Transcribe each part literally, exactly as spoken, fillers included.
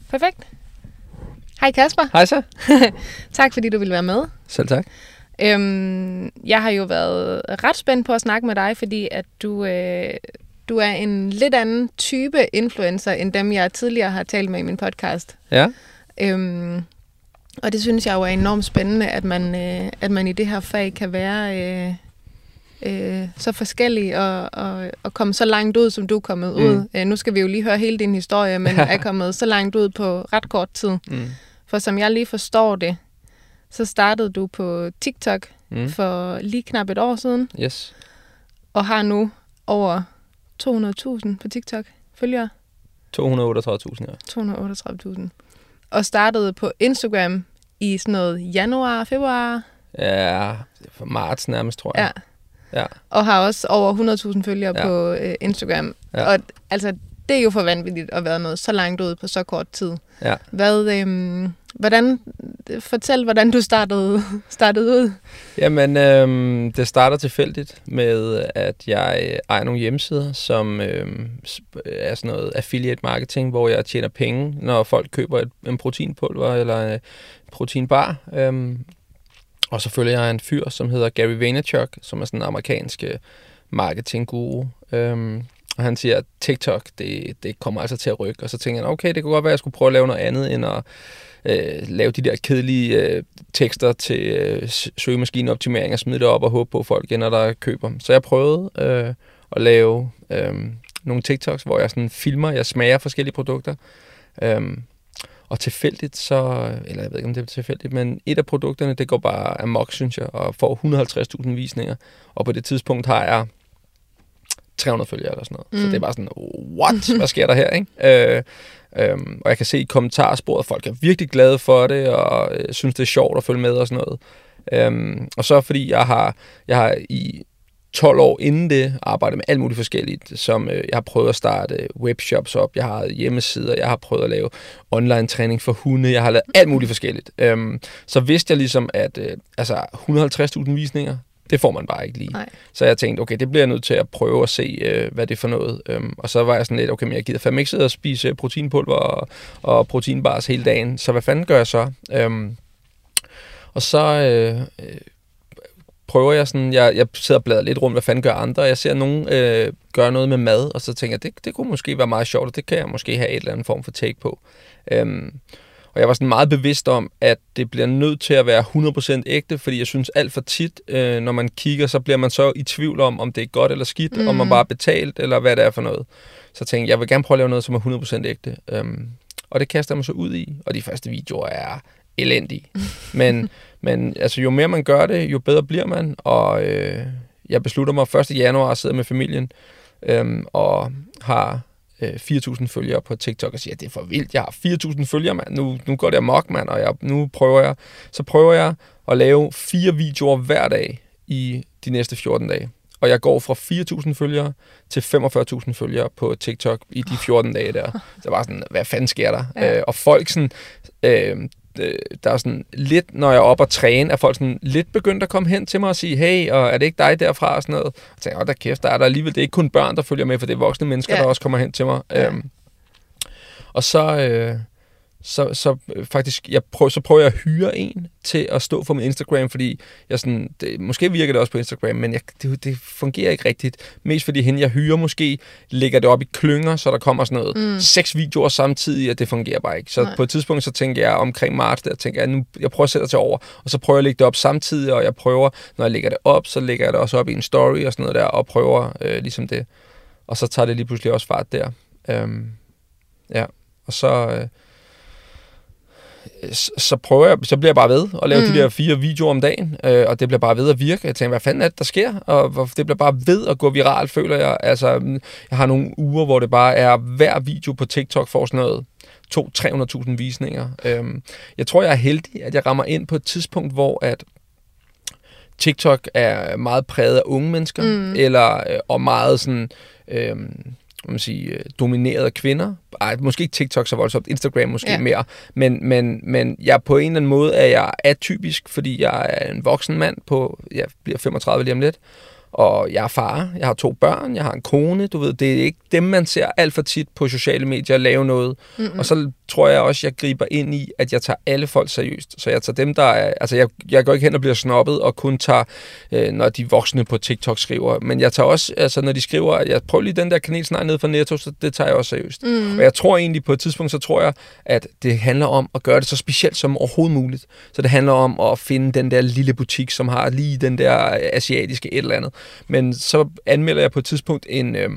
Perfekt. Hej Kasper. Hej så. Tak fordi du ville være med. Selv tak. Øhm, jeg har jo været ret spændt på at snakke med dig, fordi at du, øh, du er en lidt anden type influencer, end dem jeg tidligere har talt med i min podcast. Ja. Øhm, og det synes jeg jo er enormt spændende, at man, øh, at man i det her fag kan være øh, øh, så forskellig og, og, og komme så langt ud, som du er kommet mm. ud. Øh, nu skal vi jo lige høre hele din historie, men er kommet så langt ud på ret kort tid. Mm. For som jeg lige forstår det, så startede du på TikTok mm. for lige knap et år siden. Yes. Og har nu over to hundrede tusind på TikTok følgere. to hundrede og otteogtredive tusind, ja. to hundrede og otteogtredive tusind. Og startede på Instagram i sådan noget januar, februar. Ja, for marts nærmest, tror jeg. Ja. Ja. Og har også over hundrede tusind følgere ja. på øh, Instagram. Ja. Og altså, det er jo for vanvittigt at være noget så langt ud på så kort tid. Ja. Hvad, øhm, hvordan, fortæl, hvordan du startede, startede ud. Jamen, øhm, det starter tilfældigt med, at jeg ejer nogle hjemmesider, som øhm, er sådan noget affiliate marketing, hvor jeg tjener penge, når folk køber et, en proteinpulver eller en proteinbar. Øhm, og så følger jeg en fyr, som hedder Gary Vaynerchuk, som er sådan en amerikansk marketing-guru. Øhm, Og han siger, at TikTok, det, det kommer altså til at rykke. Og så tænker jeg, okay, det kunne godt være, at jeg skulle prøve at lave noget andet, end at øh, lave de der kedelige øh, tekster til øh, søgemaskineoptimering og smide det op og håbe på, at folk ender der køber. Så jeg prøvede øh, at lave øh, nogle TikToks, hvor jeg sådan filmer, jeg smager forskellige produkter. Øh, og tilfældigt så, eller jeg ved ikke, om det er tilfældigt, men et af produkterne, det går bare amok, synes jeg, og får et hundrede og halvtreds tusind visninger. Og på det tidspunkt har jeg tre hundrede følgere eller sådan noget. Mm. Så det er bare sådan, what? Hvad sker der her, ikke? Øh, øhm, og jeg kan se i kommentarsporet, folk er virkelig glade for det, og øh, synes, det er sjovt at følge med og sådan noget. Øhm, og så fordi jeg har, jeg har i tolv år inden det arbejdet med alt muligt forskelligt, som øh, jeg har prøvet at starte webshops op, jeg har hjemmesider, jeg har prøvet at lave online træning for hunde, jeg har lavet alt muligt forskelligt. Øhm, så vidste jeg ligesom, at øh, altså et hundrede og halvtreds tusind visninger, det får man bare ikke lige. Nej. Så jeg tænkte, okay, det bliver jeg nødt til at prøve at se, øh, hvad det er for noget. Øhm, og så var jeg sådan lidt, okay, men jeg gider fandme ikke sidde og spise proteinpulver og, og proteinbars hele dagen. Så hvad fanden gør jeg så? Øhm, og så øh, øh, prøver jeg sådan, jeg, jeg sidder og bladrer lidt rundt, hvad fanden gør andre? Jeg ser nogen øh, gøre noget med mad, og så tænker jeg, det, det kunne måske være meget sjovt, og det kan jeg måske have et eller andet form for take på. Øhm, Og jeg var sådan meget bevidst om, at det bliver nødt til at være hundrede procent ægte, fordi jeg synes alt for tit, øh, når man kigger, så bliver man så i tvivl om, om det er godt eller skidt, mm. om man bare er betalt, eller hvad det er for noget. Så tænkte jeg, jeg vil gerne prøve at lave noget, som er hundrede procent ægte. Um, og det kaster jeg mig så ud i, og de første videoer er elendige. men, men altså, jo mere man gør det, jo bedre bliver man, og øh, jeg beslutter mig første januar at sidde med familien, øh, og har fire tusind følgere på TikTok og siger, at det er for vildt, jeg har fire tusind følgere, mand. Nu, nu går det amok, mand, og jeg, nu prøver jeg, så prøver jeg at lave fire videoer hver dag i de næste fjorten dage. Og jeg går fra fire tusind følgere til femogfyrre tusind følgere på TikTok i de fjorten dage der. Så var sådan, hvad fanden sker der? Ja. Øh, og folk sådan, øh, der er sådan lidt, når jeg er oppe og træne, er folk sådan lidt begyndt at komme hen til mig og sige, hey, og er det ikke dig derfra? Og sådan noget. Og jeg tænker, åh, der kæft, der er der alligevel, det er ikke kun børn, der følger med, for det er voksne mennesker, ja. Der også kommer hen til mig. Ja. Øhm, og så, øh, så, så faktisk, jeg prøver, så prøver jeg at hyre en til at stå for min Instagram, fordi jeg sådan, det, måske virker det også på Instagram, men jeg, det, det fungerer ikke rigtigt. Mest fordi hende, jeg hyrer måske, lægger det op i klynger, så der kommer sådan noget mm. seks videoer samtidig, og det fungerer bare ikke. Så Nej. På et tidspunkt, så tænker jeg omkring marts, der tænker jeg, nu, jeg prøver at sætte det til over, og så prøver jeg at lægge det op samtidig, og jeg prøver, når jeg lægger det op, så lægger jeg det også op i en story og sådan noget der, og prøver øh, ligesom det. Og så tager det lige pludselig også fart der. Øhm, ja, og så... Øh, så prøver jeg, så bliver jeg bare ved at lave mm. de der fire videoer om dagen, øh, og det bliver bare ved at virke. Jeg tænker, hvad fanden er det, der sker? Og det bliver bare ved at gå viralt, føler jeg. Altså, jeg har nogle uger, hvor det bare er hver video på TikTok får sådan noget to til tre hundrede tusind visninger. Øhm, jeg tror, jeg er heldig, at jeg rammer ind på et tidspunkt, hvor at TikTok er meget præget af unge mennesker, mm. eller og meget sådan... Øhm, man sige, domineret af kvinder. Ej, måske ikke TikTok så voldsomt, Instagram måske ja. mere, men, men, men jeg på en eller anden måde er jeg atypisk, fordi jeg er en voksen mand på, jeg bliver femogtredive lige om lidt, og jeg er far, jeg har to børn, jeg har en kone, du ved, det er ikke dem, man ser alt for tit på sociale medier lave noget, mm-hmm. og så tror jeg også, jeg griber ind i, at jeg tager alle folk seriøst. Så jeg tager dem, der er... Altså, jeg, jeg går ikke hen og bliver snobbet og kun tager, øh, når de voksne på TikTok skriver. Men jeg tager også, altså, når de skriver, at jeg prøver lige den der kanelsnegl ned fra Netto, så det tager jeg også seriøst. Mm. Og jeg tror egentlig, på et tidspunkt, så tror jeg, at det handler om at gøre det så specielt som overhovedet muligt. Så det handler om at finde den der lille butik, som har lige den der asiatiske et eller andet. Men så anmelder jeg på et tidspunkt en... Øh,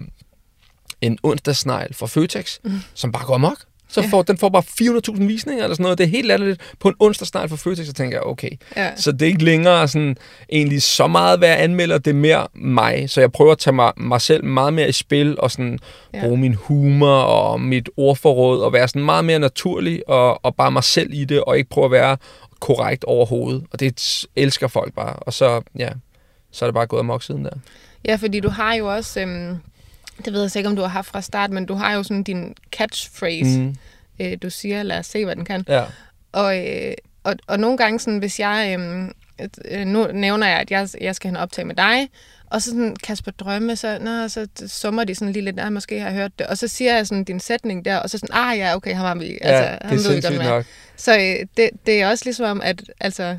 en onsdagsnegl fra Føtex, mm. som bare går amok. Så får, ja. Den får bare fire hundrede tusind visninger eller sådan noget. Det er helt latterligt på en onsdagsnegl fra Føtex, så tænker jeg, okay. Ja. Så det er ikke længere sådan, egentlig så meget, hvad jeg anmelder, det er mere mig. Så jeg prøver at tage mig, mig selv meget mere i spil, og sådan ja. bruge min humor og mit ordforråd, og være sådan meget mere naturlig, og, og bare mig selv i det, og ikke prøve at være korrekt overhovedet. Og det elsker folk bare. Og så, ja, så er det bare gået amok siden der. Ja, fordi du har jo også... Øhm det ved jeg ikke, om du har haft fra start, men du har jo sådan din catchphrase, mm. øh, du siger, lad os se, hvad den kan. Ja. Og, øh, og, og nogle gange, sådan, hvis jeg, øh, nu nævner jeg, at jeg, jeg skal have en optag med dig, og så sådan Kasper Drømme, så, nå, så summer de sådan lige lidt, ah, måske har jeg hørt det, og så siger jeg sådan din sætning der, og så sådan, ah ja, okay, ham har vi, altså, ja, ham ved vi godt med. Så øh, det, det er også ligesom om, at, altså...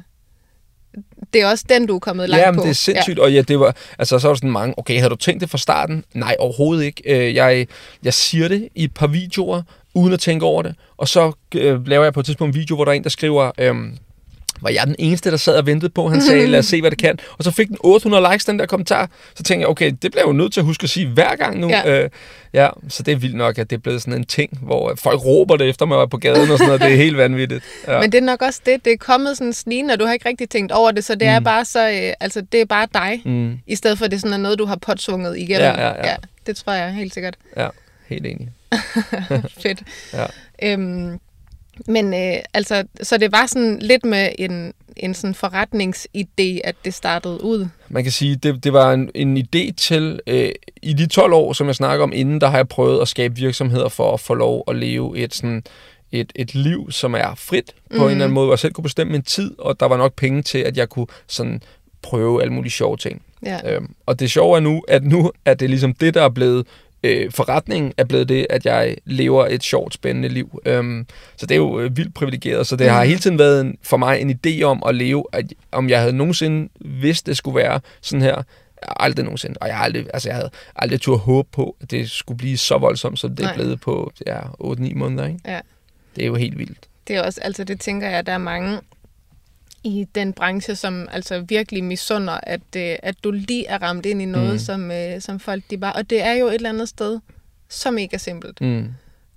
Det er også den, du er kommet langt ja, på. Ja, det er sindssygt, ja. Og ja, det var, altså så var der sådan mange, okay, havde du tænkt det fra starten? Nej, overhovedet ikke. Jeg, jeg siger det i et par videoer, uden at tænke over det, og så øh, laver jeg på et tidspunkt en video, hvor der er en, der skriver, øhm, var jeg den eneste, der sad og ventede på, han sagde, lad os se, hvad det kan. Og så fik den otte hundrede likes, den der kommentar. Så tænkte jeg, okay, det bliver jeg jo nødt til at huske at sige hver gang nu. Ja, øh, ja så det er vildt nok, at det er blevet sådan en ting, hvor folk råber det efter mig på gaden og sådan noget. Det er helt vanvittigt. Ja. Men det er nok også det. Det er kommet sådan snigende, og du har ikke rigtig tænkt over det, så det mm. er bare så, øh, altså det er bare dig, mm. i stedet for, at det sådan er noget, du har påtvunget igennem. Ja, ja, ja. Ja, det tror jeg helt sikkert. Ja, helt enig. Fedt. Ja. Øhm, men øh, altså, så det var sådan lidt med en, en sådan forretningsidé, at det startede ud? Man kan sige, det, det var en, en idé til, øh, i de tolv år, som jeg snakker om inden, der har jeg prøvet at skabe virksomheder for at få lov at leve et, sådan, et, et liv, som er frit på mm. en eller anden måde, hvor jeg selv kunne bestemme min tid, og der var nok penge til, at jeg kunne sådan prøve alle mulige sjove ting. Ja. Øhm, og det sjove er nu, at nu er det ligesom det, der er blevet Øh, forretningen er blevet det, at jeg lever et sjovt, spændende liv. Øhm, så det er jo øh, vildt privilegeret. Så det har hele tiden været en, for mig en idé om at leve, at, om jeg havde nogensinde vidst, det skulle være sådan her. Aldrig nogensinde. Og jeg, aldrig, altså jeg havde aldrig turde håbe på, at det skulle blive så voldsomt, som det er blevet på ja, otte ni måneder. Ikke? Ja. Det er jo helt vildt. Det er også, altså det tænker jeg, der er mange i den branche, som altså virkelig misunder, at, at du lige er ramt ind i noget, mm. som, øh, som folk de bare... Og det er jo et eller andet sted så mega simpelt. Mm.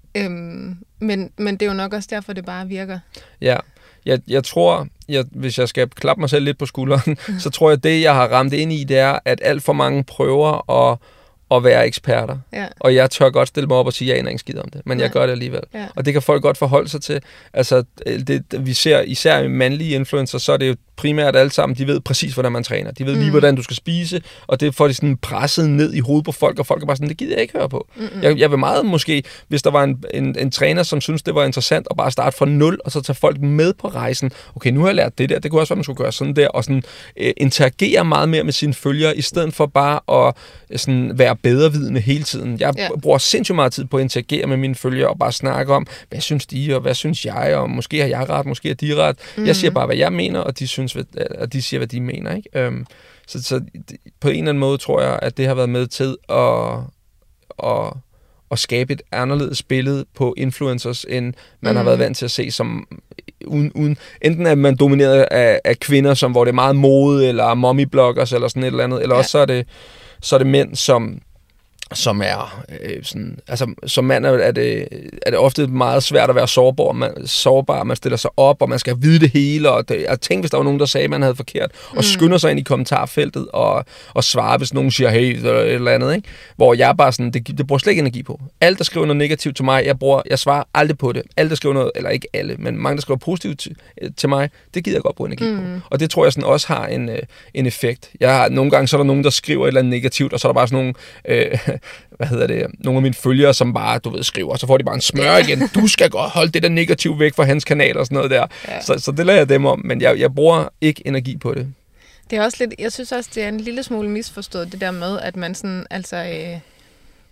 Øhm, men, men det er jo nok også derfor, det bare virker. Ja, jeg, jeg tror, jeg, hvis jeg skal klappe mig selv lidt på skulderen, mm. så tror jeg, det jeg har ramt ind i, det er, at alt for mange prøver at at være eksperter. Ja. Og jeg tør godt stille mig op og sige, at jeg aner ikke skid om det, men Nej. jeg gør det alligevel. Ja. Og det kan folk godt forholde sig til. Altså, det, vi ser især i mandlige influencer, så er det jo primært alle sammen, de ved præcis, hvordan man træner. De ved mm. lige, hvordan du skal spise, og det får de sådan presset ned i hovedet på folk, og folk er bare sådan, det gider jeg ikke høre på. Mm-hmm. Jeg, jeg vil meget måske, hvis der var en, en, en træner, som synes det var interessant, at bare starte fra nul, og så tage folk med på rejsen. Okay, nu har jeg lært det der, det kunne også være, man skulle gøre sådan der, og sådan øh, interagere meget mere med sine følgere, i stedet for bare at sådan, være bedrevidende hele tiden. Jeg ja. bruger sindssygt meget tid på at interagere med mine følgere, og bare snakke om, hvad synes de, og hvad synes jeg, og måske har jeg ret, måske har de ret. Mm-hmm. Jeg siger bare, hvad jeg mener, og de synes, at de siger, hvad de mener. Ikke? Øhm, så, så på en eller anden måde tror jeg, at det har været med til at, at, at skabe et anderledes billede på influencers, end man mm. har været vant til at se som uden, uden enten er man domineret af, af kvinder, som hvor det er meget mode, eller mommy-bloggers, eller sådan et eller andet, eller ja. også så er det, så er det mænd, som som er øh, sådan, altså som mand er, er, det, er det ofte meget svært at være sårbar, man, sårbar, man stiller sig op, og man skal vide det hele, og det, jeg tænkte, hvis der var nogen, der sagde, at man havde forkert, og mm. skynder sig ind i kommentarfeltet, og, og svarer, hvis nogen siger, hey, eller et eller andet, ikke? Hvor jeg bare sådan, det, det bruger slet ikke energi på. Alt, der skriver noget negativt til mig, jeg, bruger, jeg svarer aldrig på det. Alle, der skriver noget, eller ikke alle, men mange, der skriver positivt til, til mig, det gider jeg godt bruge energi mm. på. Og det tror jeg sådan også har en, en effekt. Jeg har, nogle gange, så er der nogen, der skriver et eller andet negativt, og så er der bare sådan nogle... Øh, hvad hedder det, nogle af mine følgere, som bare, du ved, skriver, og så får de bare en smør igen. Du skal godt holde det der negativ væk fra hans kanal og sådan noget der. Ja. Så, så det lader jeg dem om, men jeg, jeg bruger ikke energi på det. Det er også lidt, jeg synes også, det er en lille smule misforstået, det der med, at man sådan, altså, øh,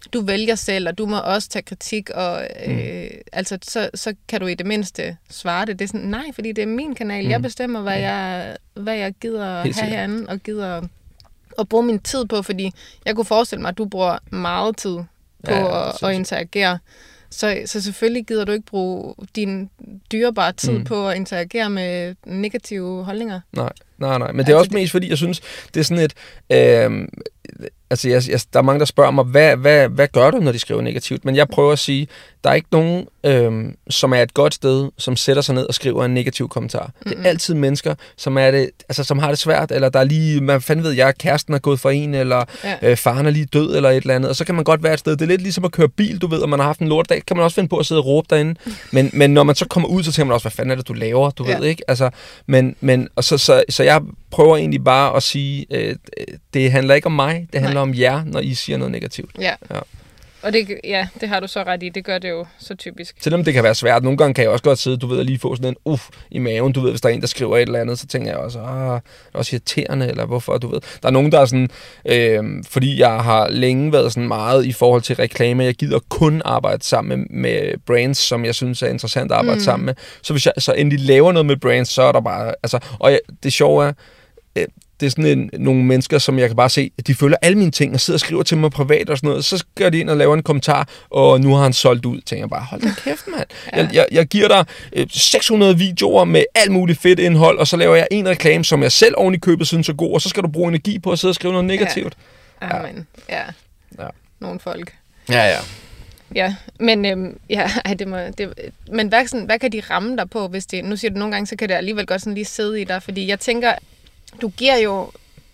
du vælger selv, og du må også tage kritik, og øh, mm. altså, så, så kan du i det mindste svare det. Det er sådan, nej, fordi det er min kanal. Mm. Jeg bestemmer, hvad jeg, hvad jeg gider Helt have herinde, og gider at bruge min tid på, fordi jeg kunne forestille mig, at du bruger meget tid på ja, at, at interagere. Så, så selvfølgelig gider du ikke bruge din dyrebare tid mm. på at interagere med negative holdninger. Nej, nej, nej. Men det er altså, også mest fordi, jeg synes, det er sådan et... Øh, altså, jeg, jeg, der er mange, der spørger mig, hvad, hvad, hvad gør du, når de skriver negativt? Men jeg prøver at sige, der er ikke nogen, øhm, som er et godt sted, som sætter sig ned og skriver en negativ kommentar. Mm-hmm. Det er altid mennesker, som, er det, altså, som har det svært, eller der er lige, man fanden ved jeg, kæresten er gået for en, eller ja. øh, faren er lige død, eller et eller andet. Og så kan man godt være et sted. Det er lidt ligesom at køre bil, du ved, og man har haft en lortedag, kan man også finde på at sidde og råbe derinde. Men, men når man så kommer ud, så tænker man også, hvad fanden er det, du laver, du ja. ved ikke? Altså, men, men, og så, så, så jeg prøver egentlig bare at sige, øh, det handler ikke om mig, det handler Nej. om jer, når I siger noget negativt. Ja. ja. Og det, ja, det har du så ret i. Det gør det jo så typisk. Selvom det kan være svært. Nogle gange kan jeg også godt sidde, du ved, at lige få sådan en uff i maven. Du ved, hvis der er en, der skriver et eller andet, så tænker jeg også, ah, det er også irriterende, eller hvorfor, du ved. Der er nogen, der er sådan, øh, fordi jeg har længe været sådan meget i forhold til reklame. Jeg gider kun arbejde sammen med, med brands, som jeg synes er interessant at arbejde mm. sammen med. Så hvis jeg så endelig laver noget med brands, så er der bare, altså, og jeg, det sjove er, øh, det er sådan en, nogle mennesker, som jeg kan bare se, de følger alle mine ting og sidder og skriver til mig privat og sådan noget. Så gør de ind og laver en kommentar, og nu har han solgt ud. Tænker jeg bare, hold da kæft, mand. Ja. Jeg, jeg, jeg giver dig øh, seks hundrede videoer med alt muligt fedt indhold, og så laver jeg en reklame, som jeg selv oven i købet synes er god, og så skal du bruge energi på at sidde og skrive noget negativt. Ja, Amen. ja. ja. Nogle folk. Ja, ja. Ja, men øhm, ja, ej, det må, det, men hvad, sådan, hvad kan de ramme dig på, hvis det, nu siger du nogle gange, så kan det alligevel godt sådan lige sidde i dig, fordi jeg tænker, du giver jo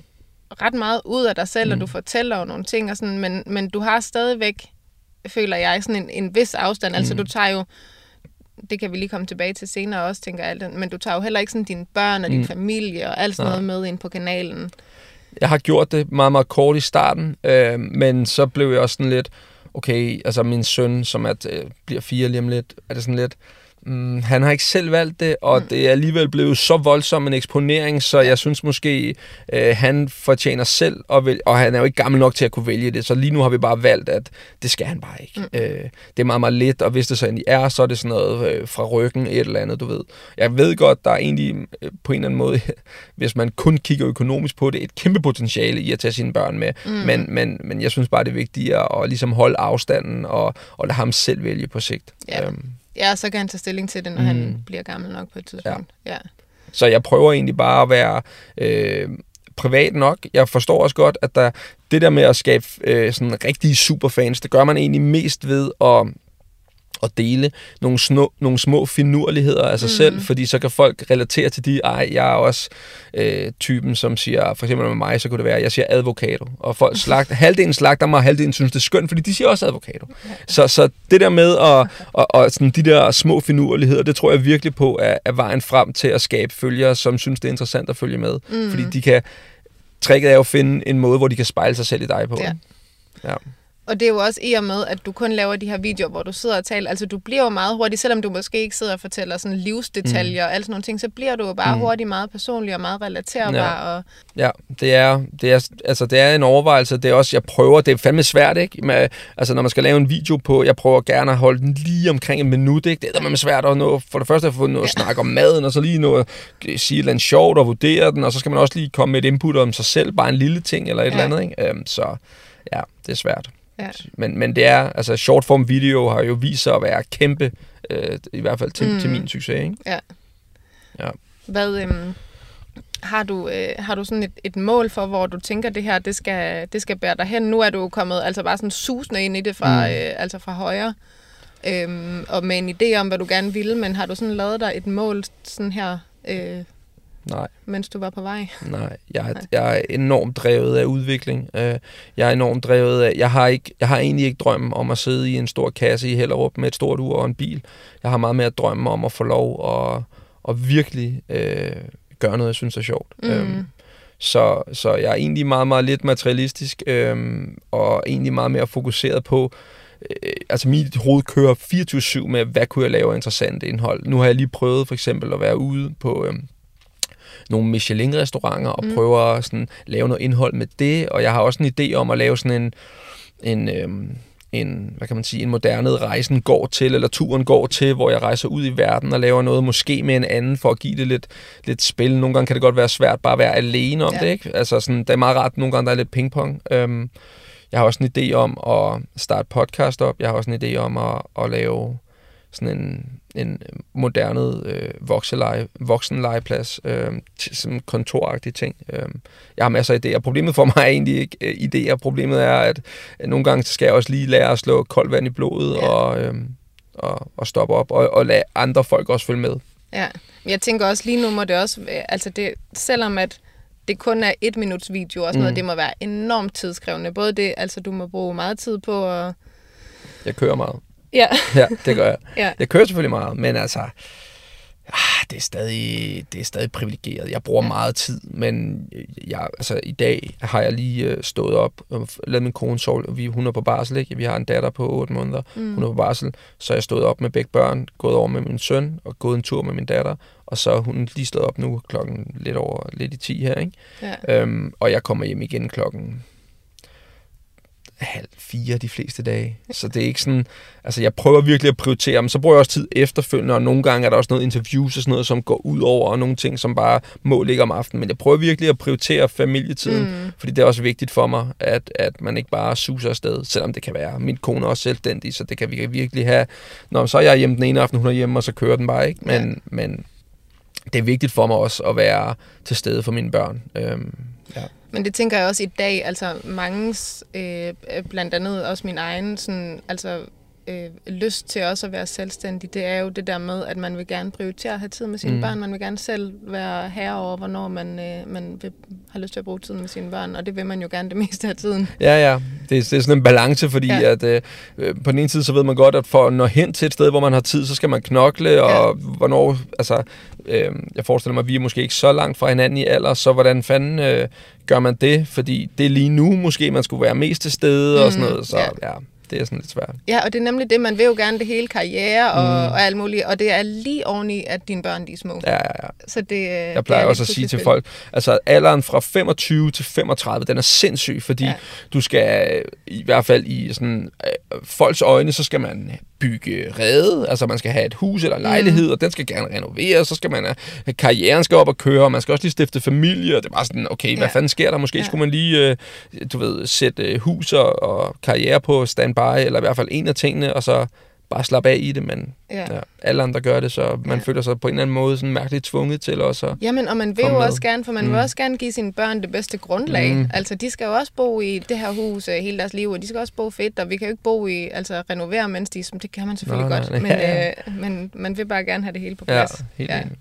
ret meget ud af dig selv, mm. og du fortæller jo nogle ting, og sådan, men, men du har stadigvæk, føler jeg, sådan en, en vis afstand. Mm. Altså du tager jo, det kan vi lige komme tilbage til senere også, tænker jeg, men du tager jo heller ikke sådan dine børn og din mm. familie og alt sådan noget med ind på kanalen. Jeg har gjort det meget, meget kort i starten, øh, men så blev jeg også sådan lidt, okay, altså min søn, som at, øh, bliver fire lige om lidt, er det sådan lidt... Mm, han har ikke selv valgt det, og mm. det er alligevel blevet så voldsom en eksponering, så jeg synes måske, øh, han fortjener selv, at vælge, og han er jo ikke gammel nok til at kunne vælge det, så lige nu har vi bare valgt, at det skal han bare ikke. Mm. Øh, det er meget, meget let, og hvis det så endelig er, så er det sådan noget øh, fra ryggen, et eller andet, du ved. Jeg ved godt, der er egentlig øh, på en eller anden måde, hvis man kun kigger økonomisk på det, et kæmpe potentiale i at tage sine børn med, mm. men, men, men jeg synes bare, det er vigtigere at ligesom holde afstanden, og, og lade ham selv vælge på sigt. Ja. Øhm. Ja, så kan han tage stilling til det, når mm. han bliver gammel nok på et tidspunkt. Ja. Ja. Så jeg prøver egentlig bare at være øh, privat nok. Jeg forstår også godt, at der, det der med at skabe øh, sådan rigtige superfans, det gør man egentlig mest ved at, at dele nogle, snå, nogle små finurligheder af sig mm. selv, fordi så kan folk relatere til de, ej, jeg er også øh, typen, som siger, for eksempel med mig, så kunne det være, jeg siger advokato, og folk slagter, halvdelen slagter mig, og halvdelen synes det er skønt, fordi de siger også advokato. Så, så det der med at, og, og sådan de der små finurligheder, det tror jeg virkelig på, er, er vejen frem til at skabe følgere, som synes, det er interessant at følge med. Mm. Fordi de kan, tricket er jo at finde en måde, hvor de kan spejle sig selv i dig på. Ja. Ja. Og det er jo også i og med, at du kun laver de her videoer, hvor du sidder og taler. Altså, du bliver jo meget hurtigt, selvom du måske ikke sidder og fortæller sådan livsdetaljer mm. og alt sådan nogle ting, så bliver du jo bare mm. hurtigt meget personlig og meget relaterbar. Ja, og... ja det, er, det, er, altså, det er en overvejelse. Det er også, jeg prøver, det er fandme svært, ikke? Med, altså, når man skal lave en video på, jeg prøver gerne at holde den lige omkring en minut, ikke? Det er der svært at nå. For det første at få noget at snakke om maden, og så lige noget at sige et eller andet sjovt og vurdere den, og så skal man også lige komme med et input om sig selv, bare en lille ting eller et ja. eller andet, ikke? Um, så ja, det er svært. Ja. Men, men det er, altså shortform video har jo vist sig at være kæmpe, øh, i hvert fald til, mm. til min succes, ikke? Ja. Ja. Hvad, øhm, har du, øh, har du sådan et, et mål for, hvor du tænker, det her, det skal, det skal bære dig hen? Nu er du kommet altså bare sådan susende ind i det fra, mm. øh, altså fra højre, øhm, og med en idé om, hvad du gerne vil, men har du sådan lavet dig et mål sådan her, øh, Nej. mens du var på vej? Nej, jeg, Nej. jeg er enormt drevet af udvikling. Jeg er enormt drevet af... Jeg har, ikke, jeg har egentlig ikke drømmen om at sidde i en stor kasse i Hellerup med et stort ur og en bil. Jeg har meget mere drømme om at få lov at, at virkelig øh, gøre noget, jeg synes er sjovt. Mm. Øhm, så, så jeg er egentlig meget, meget lidt materialistisk, øh, og egentlig meget mere fokuseret på... Øh, altså mit hoved kører fireogtyve syv med, hvad kunne jeg lave af interessant indhold. Nu har jeg lige prøvet for eksempel at være ude på... Øh, nogle Michelin-restauranter og mm. prøver at sådan, lave noget indhold med det, og jeg har også en idé om at lave sådan en, en, øhm, en, hvad kan man sige, en moderne rejsen går til, eller turen går til, hvor jeg rejser ud i verden og laver noget måske med en anden, for at give det lidt, lidt spil. Nogle gange kan det godt være svært bare at være alene om ja. det, ikke? Altså sådan, det er meget rart, nogle gange der er lidt pingpong. Øhm, jeg har også en idé om at starte podcast op. Jeg har også en idé om at, at lave sådan en, en moderne øh, voksenleje, voksenlejeplads, øh, sådan en kontoragtig ting. Øh, jeg har masser af idéer. Problemet for mig er egentlig ikke øh, idéer. Problemet er, at øh, nogle gange skal jeg også lige lære at slå koldt vand i blodet ja. og, øh, og, og stoppe op, og, og lade andre folk også følge med. Ja, jeg tænker også lige nu må det også, altså det, selvom at det kun er et minuts video og sådan mm. noget, det må være enormt tidskrævende. Både det, altså du må bruge meget tid på at... Jeg kører meget. Ja. ja, det gør jeg. Ja. Jeg kører selvfølgelig meget, men altså, ah, det er stadig, det er stadig privilegeret. Jeg bruger ja. meget tid, men jeg, altså, i dag har jeg lige stået op og lavet min kone sove. Vi, hun er på barsel, ikke? Vi har en datter på otte måneder. Mm. Hun er på barsel, så jeg stået op med begge børn, gået over med min søn og gået en tur med min datter. Og så er hun lige stået op nu klokken lidt over lidt i ti her, ikke? Ja. Øhm, og jeg kommer hjem igen klokken halv fire de fleste dage. Så det er ikke sådan... Altså, jeg prøver virkelig at prioritere, men så bruger jeg også tid efterfølgende, og nogle gange er der også noget interviews og sådan noget, som går ud over, og nogle ting, som bare må ligge om aftenen. Men jeg prøver virkelig at prioritere familietiden, mm. fordi det er også vigtigt for mig, at, at man ikke bare suser afsted, selvom det kan være. Min kone er også selvstændig, så det kan vi virkelig have... Nå, så er jeg hjemme den ene aften, hun er hjemme, og så kører den bare, ikke? Men, ja. men det er vigtigt for mig også at være til stede for mine børn. Øhm, ja. Men det tænker jeg også i dag, altså manges, øh, blandt andet også min egen, sådan, altså øh, lyst til også at være selvstændig, det er jo det der med, at man vil gerne prioritere at have tid med sine mm. børn, man vil gerne selv være herre over, hvornår man, øh, man vil, har lyst til at bruge tid med sine børn, og det vil man jo gerne det meste af tiden. Ja, ja, det er, det er sådan en balance, fordi ja. at øh, på den ene side, så ved man godt, at for at nå hen til et sted, hvor man har tid, så skal man knokle, og ja. hvornår, altså, øh, jeg forestiller mig, at vi er måske ikke så langt fra hinanden i alder, så hvordan fanden øh, gør man det? Fordi det er lige nu, måske man skulle være mest til stede, mm, og sådan noget, så ja. ja. Det er sådan lidt svært. Ja, og det er nemlig det, man vil jo gerne det hele karriere og, mm. og alt muligt, og det er lige oveni, at dine børn de er små. Ja, ja, ja. Så det, jeg plejer det også at sige til folk, altså alderen fra femogtyve til femogtredive, den er sindssyg, fordi ja. du skal, i hvert fald i sådan øh, folks øjne, så skal man bygge rede, altså man skal have et hus eller en lejlighed, mm. og den skal gerne renoveres, så skal man have, karrieren skal op og køre, og man skal også lige stifte familie, og det er bare sådan, okay, hvad ja. fanden sker der? Måske ja. skulle man lige, øh, du ved, sætte hus og, og karriere på standby, eller i hvert fald en af tingene, og så bare slappe af i det, men ja. Ja, alle andre gør det, så man ja. føler sig på en eller anden måde sådan mærkeligt tvunget til også at Jamen, og man vil jo også gerne, for man mm. vil også gerne give sine børn det bedste grundlag. Mm. Altså, de skal jo også bo i det her hus hele deres liv, og de skal også bo fedt, og vi kan jo ikke bo i, altså renovere, mens de, det kan man selvfølgelig Nå, godt, nej, nej. Men, ja, ja. Øh, men man vil bare gerne have det hele på plads. Ja, helt ja.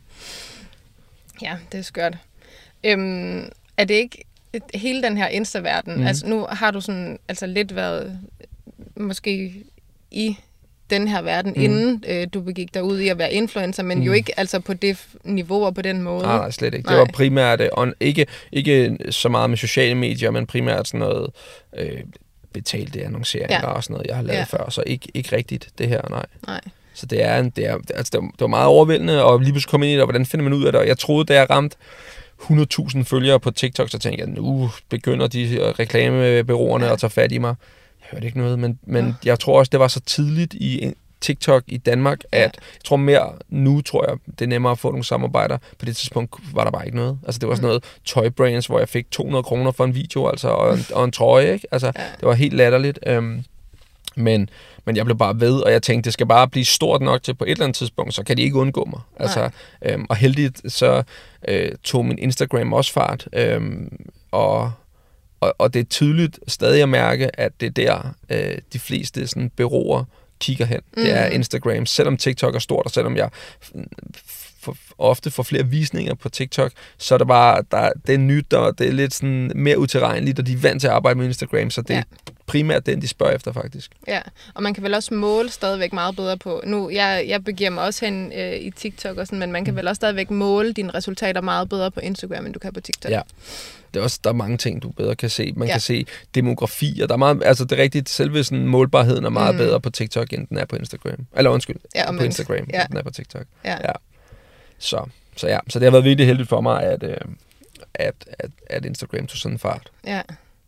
ja, det er skørt. Øhm, er det ikke hele den her Insta-verden, mm. altså nu har du sådan, altså lidt været måske i den her verden, mm. inden øh, du begik dig ud i at være influencer, men mm. jo ikke altså på det niveau og på den måde. Nej, nej, slet ikke. Nej. Det var primært, on, ikke, ikke så meget med sociale medier, men primært sådan noget øh, betalte annonceringer ja. og sådan noget, jeg har lavet ja. før, så ikke, ikke rigtigt det her, nej. Nej. Så det er, det er altså det var, det var meget overvældende, og lige pludselig kom ind i det, og hvordan finder man ud af det, og jeg troede, da jeg ramte hundrede tusind følgere på TikTok, så tænkte jeg, nu begynder de reklamebureauerne ja. at tage fat i mig. Jeg hørte ikke noget, men, men ja. jeg tror også, det var så tidligt i TikTok i Danmark, at ja. jeg tror mere, nu tror jeg, det er nemmere at få nogle samarbejder. På det tidspunkt var der bare ikke noget. Altså det var sådan noget Toy Brands, hvor jeg fik to hundrede kroner for en video, altså, og, en, og en trøje, ikke? Altså, ja. det var helt latterligt. Um, men, men jeg blev bare ved, og jeg tænkte, det skal bare blive stort nok til på et eller andet tidspunkt, så kan de ikke undgå mig. Altså, um, og heldigt så uh, tog min Instagram også fart, um, og Og, og det er tydeligt stadig at mærke, at det er der, øh, de fleste sådan, bureauer kigger hen. Mm. Det er Instagram. Selvom TikTok er stort, og selvom jeg for, ofte får flere visninger på TikTok, så er det bare, der, det er nyt, og det er lidt sådan mere utilregneligt, og de er vant til at arbejde med Instagram, så det ja. er primært den, de spørger efter, faktisk. Ja, og man kan vel også måle stadigvæk meget bedre på. Nu, jeg, jeg begiver mig også hen øh, i TikTok, og sådan, men man kan vel også stadigvæk måle dine resultater meget bedre på Instagram, end du kan på TikTok. Ja. Det er også, der er mange ting, du bedre kan se. Man ja. kan se demografi, og der er meget, altså det er rigtigt, selve sådan målbarheden er meget mm. bedre på TikTok, end den er på Instagram. Eller undskyld, ja, på Instagram, ja. end den er på TikTok. Ja. Ja. Så, så ja, så det har været virkelig heldigt for mig, at, øh, at, at, at Instagram tog sådan en fart. Ja.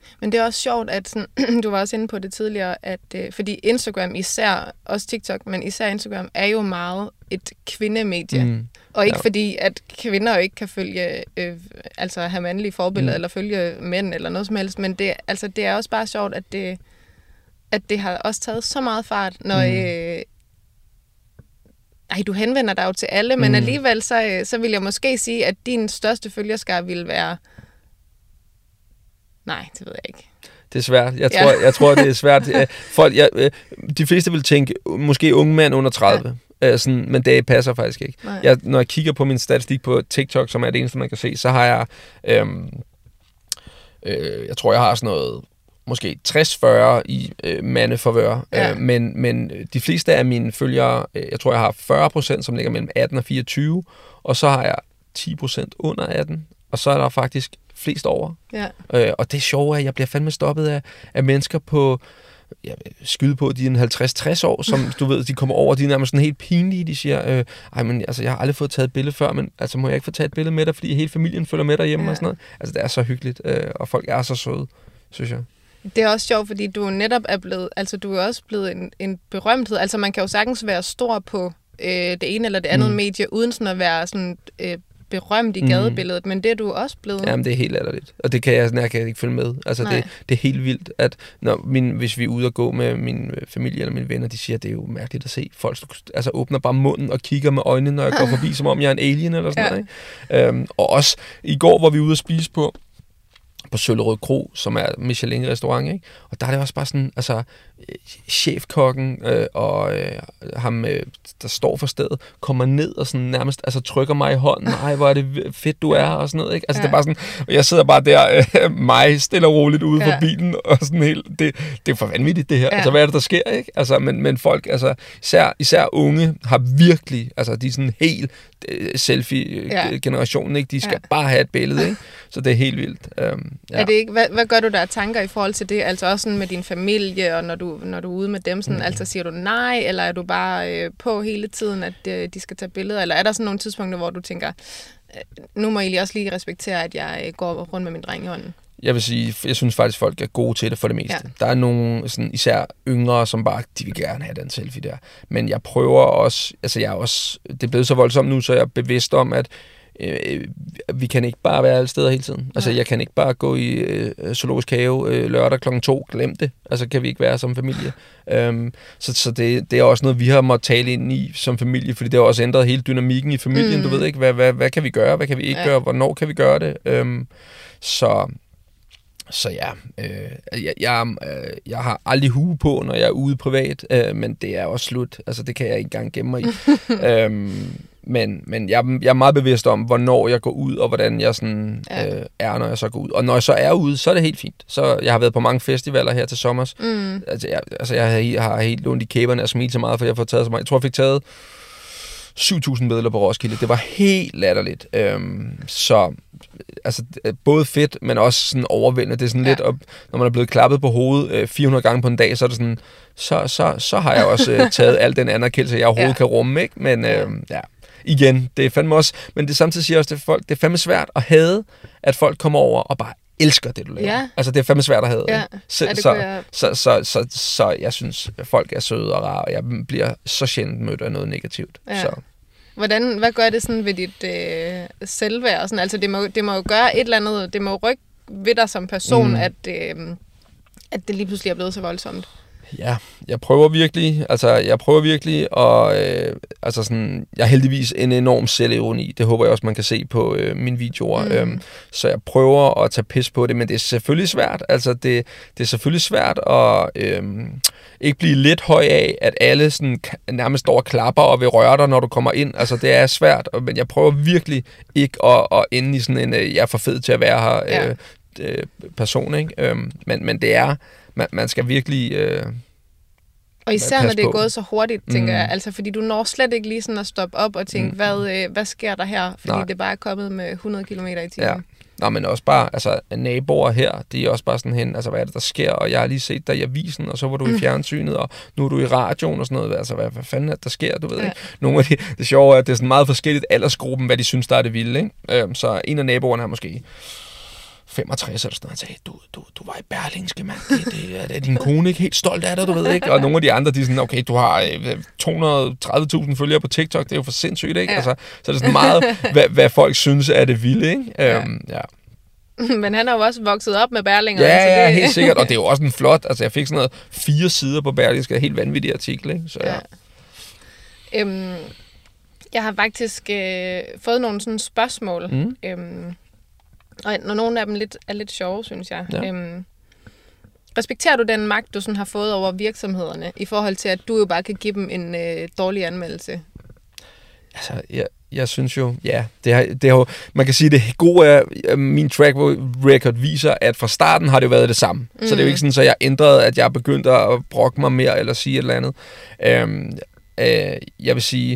Men det er også sjovt, at sådan, du var også inde på det tidligere, at øh, fordi Instagram især, også TikTok, men især Instagram, er jo meget et kvindemedie. Mm. Og ikke ja. fordi, at kvinder jo ikke kan følge, øh, altså have mandlige forbilleder, mm. eller følge mænd, eller noget som helst, men det, altså, det er også bare sjovt, at det, at det har også taget så meget fart, når... Mm. Øh, ej, du henvender dig jo til alle, men mm. alligevel, så, så vil jeg måske sige, at din største følgerskare vil være... Nej, det ved jeg ikke. Det er svært. Jeg tror, ja. jeg tror det er svært. Folk, jeg, de fleste vil tænke, måske unge mænd under tredive. Ja. Sådan, men det passer faktisk ikke. Jeg, når jeg kigger på min statistik på TikTok, som er det eneste, man kan se, så har jeg... Øhm, øh, jeg tror, jeg har sådan noget... måske tres fyrre i øh, mandeforvør, ja. øh, men, men de fleste af mine følgere, øh, jeg tror, jeg har fyrre procent, som ligger mellem atten og fireogtyve, og så har jeg ti procent under atten, og så er der faktisk flest over. Ja. Øh, og det er sjovt, at jeg bliver fandme stoppet af, af mennesker på, jeg skyder på, de er en halvtreds tres år, som du ved, de kommer over, de er nærmest sådan helt pinlige, de siger, øh, ej, men altså, jeg har aldrig fået taget et billede før, men altså, må jeg ikke få taget et billede med dig, fordi hele familien følger med derhjemme ja. og sådan noget. Altså, det er så hyggeligt, øh, og folk er så søde, synes jeg. Det er også sjovt, fordi du netop er blevet, altså du er også blevet en, en berømthed. Altså man kan jo sagtens være stor på øh, det ene eller det andet mm. medie, uden sådan at være sådan øh, berømt i gadebilledet, mm. men det er du også blevet. Jamen det er helt latterligt, og det kan jeg, jeg kan ikke følge med. Altså det, det er helt vildt, at når min, hvis vi er ude og gå med min familie eller mine venner, de siger, at det er jo mærkeligt at se. Folk altså, åbner bare munden og kigger med øjnene, når jeg går forbi, som om jeg er en alien eller sådan ja. noget. Ikke? Øhm, og også i går var vi ude at spise på på Søllerød Kro, som er Michelin-restaurant, ikke? Og der er det også bare sådan, altså, chefkokken øh, og øh, ham, øh, der står for stedet, kommer ned og sådan nærmest, altså trykker mig i hånden, ej, hvor er det fedt, du er, og sådan noget, ikke? Altså, ja. det er bare sådan, og jeg sidder bare der, øh, mig stille og roligt ude ja. for bilen, og sådan helt, det, det er for vanvittigt, det her. Ja. Altså, hvad er det, der sker, ikke? Altså, men, men folk, altså, især, især unge, har virkelig, altså, de er sådan helt øh, selfie-generationen, ikke? De skal ja. bare have et billede, ikke? Så det er helt vildt. Um, ja. Er det ikke, hvad, hvad gør du der af tanker i forhold til det? Altså også sådan med din familie, og når du, når du er ude med dem, sådan, mm. altså siger du nej, eller er du bare øh, på hele tiden, at øh, de skal tage billeder? Eller er der sådan nogle tidspunkter, hvor du tænker, øh, nu må I lige også lige respektere, at jeg øh, går rundt med min dreng i hånden? Jeg vil sige, jeg synes faktisk, folk er gode til det for det meste. Ja. Der er nogle, sådan, især yngre, som bare, de vil gerne have den selfie der. Men jeg prøver også, altså jeg er også, det er blevet så voldsomt nu, så jeg er bevidst om, at øh, vi kan ikke bare være alle steder hele tiden. Altså ja. jeg kan ikke bare gå i øh, zoologisk have øh, lørdag klokken to, glem det. Altså kan vi ikke være som familie. Um, så så det, det er også noget, vi har måttet tale ind i som familie, fordi det har også ændret hele dynamikken i familien. Mm. Du ved ikke, hvad, hvad, hvad kan vi gøre, hvad kan vi ikke ja. gøre, hvornår kan vi gøre det. Um, så... Så ja, øh, jeg, jeg, øh, jeg har aldrig hue på, når jeg er ude privat, øh, men det er også slut. Altså, det kan jeg ikke engang gemme mig i. øhm, men men jeg, jeg er meget bevidst om, hvornår jeg går ud, og hvordan jeg sådan, ja. øh, er, når jeg så går ud. Og når jeg så er ude, så er det helt fint. Så jeg har været på mange festivaler her til sommer. Mm. Altså, jeg, altså, jeg har helt ondt i kæberne og smilet så meget, for jeg får taget så meget. Jeg tror, jeg fik taget syv tusind billeder på Roskilde. Det var helt latterligt. Øhm, så altså, både fedt, men også sådan overvældende. Det er sådan ja. lidt, op, når man er blevet klappet på hovedet øh, fire hundrede gange på en dag, så er det sådan, så, så, så har jeg også øh, taget al den anerkendelse, jeg overhovedet ja. kan rumme, ikke? Men øh, ja, igen, det er fandme også, men det samtidig siger også, at folk, det er fandme svært at hade, at folk kommer over og bare elsker det, du laver. Ja. Altså, det er fandme svært at have. Ja. Så, ja, så, jeg... så, så, så, så jeg synes, at folk er søde og rare, og jeg bliver så sjældent mødt af noget negativt. Ja. Så. Hvordan, hvad gør det sådan ved dit øh, selvværd? Sådan, altså, det må, det må jo gøre et eller andet, det må rykke ved dig som person, mm. at, øh, at det lige pludselig er blevet så voldsomt. Ja, jeg prøver virkelig, altså jeg prøver virkelig, og øh, altså sådan, jeg har heldigvis en enorm selvironi, det håber jeg også, man kan se på øh, mine videoer, mm. øhm, så jeg prøver at tage pis på det, men det er selvfølgelig svært, altså det, det er selvfølgelig svært at øh, ikke blive lidt høj af, at alle sådan nærmest står og klapper og vil røre dig, når du kommer ind, altså det er svært, men jeg prøver virkelig ikke at, at ende i sådan en, øh, jeg er for fed til at være her ja. øh, øh, person, ikke? Øhm, men, men det er, Man, man skal virkelig øh, og især når det er gået så hurtigt, tænker mm. jeg. Altså, fordi du når slet ikke lige sådan at stoppe op og tænke, mm. hvad, øh, hvad sker der her? Fordi Nej. det bare er kommet med hundrede kilometer i timen. Ja. Nå, men også bare, altså, naboer her, de er også bare sådan hen, altså, hvad er det, der sker? Og jeg har lige set dig i avisen, og så var du mm. i fjernsynet, og nu er du i radioen og sådan noget. Altså, hvad, hvad fanden er det, der sker? Du ved ja. ikke. Nogle af de, det sjove er, at det er sådan meget forskelligt aldersgruppen, hvad de synes, der er det vilde, ikke? Øhm, så en af naboerne har måske femogtres eller sådan noget. Han sagde, du, du, du var i Berlingske, mand. Det, det, det er din kone ikke helt stolt af dig, du ved ikke? Og nogle af de andre, de er sådan, okay, du har to hundrede og tredive tusind følgere på TikTok, det er jo for sindssygt, ikke? Ja. Altså, så er det sådan meget, hvad, hvad folk synes er det vilde, ikke? Ja. Um, ja. Men han har jo også vokset op med Berlinger. Ja, så det... ja, helt sikkert. Og det er jo også en flot, altså jeg fik sådan noget fire sider på Berlingske, helt vanvittig artikel, ikke? Så ja. ja. Øhm, jeg har faktisk øh, fået nogle sådan spørgsmål. Mm. Øhm, og når nogle af dem lidt, er lidt sjove, synes jeg. Ja. Øhm, respekterer du den magt, du sådan har fået over virksomhederne, i forhold til, at du jo bare kan give dem en øh, dårlig anmeldelse? Altså, jeg, jeg synes jo, ja, det har, det har, man kan sige, det gode er, min track record viser, at fra starten har det jo været det samme. Mm. Så det er jo ikke sådan, at jeg ændrede, at jeg begyndte at brokke mig mere, eller sige et eller andet. Øhm, øh, jeg vil sige,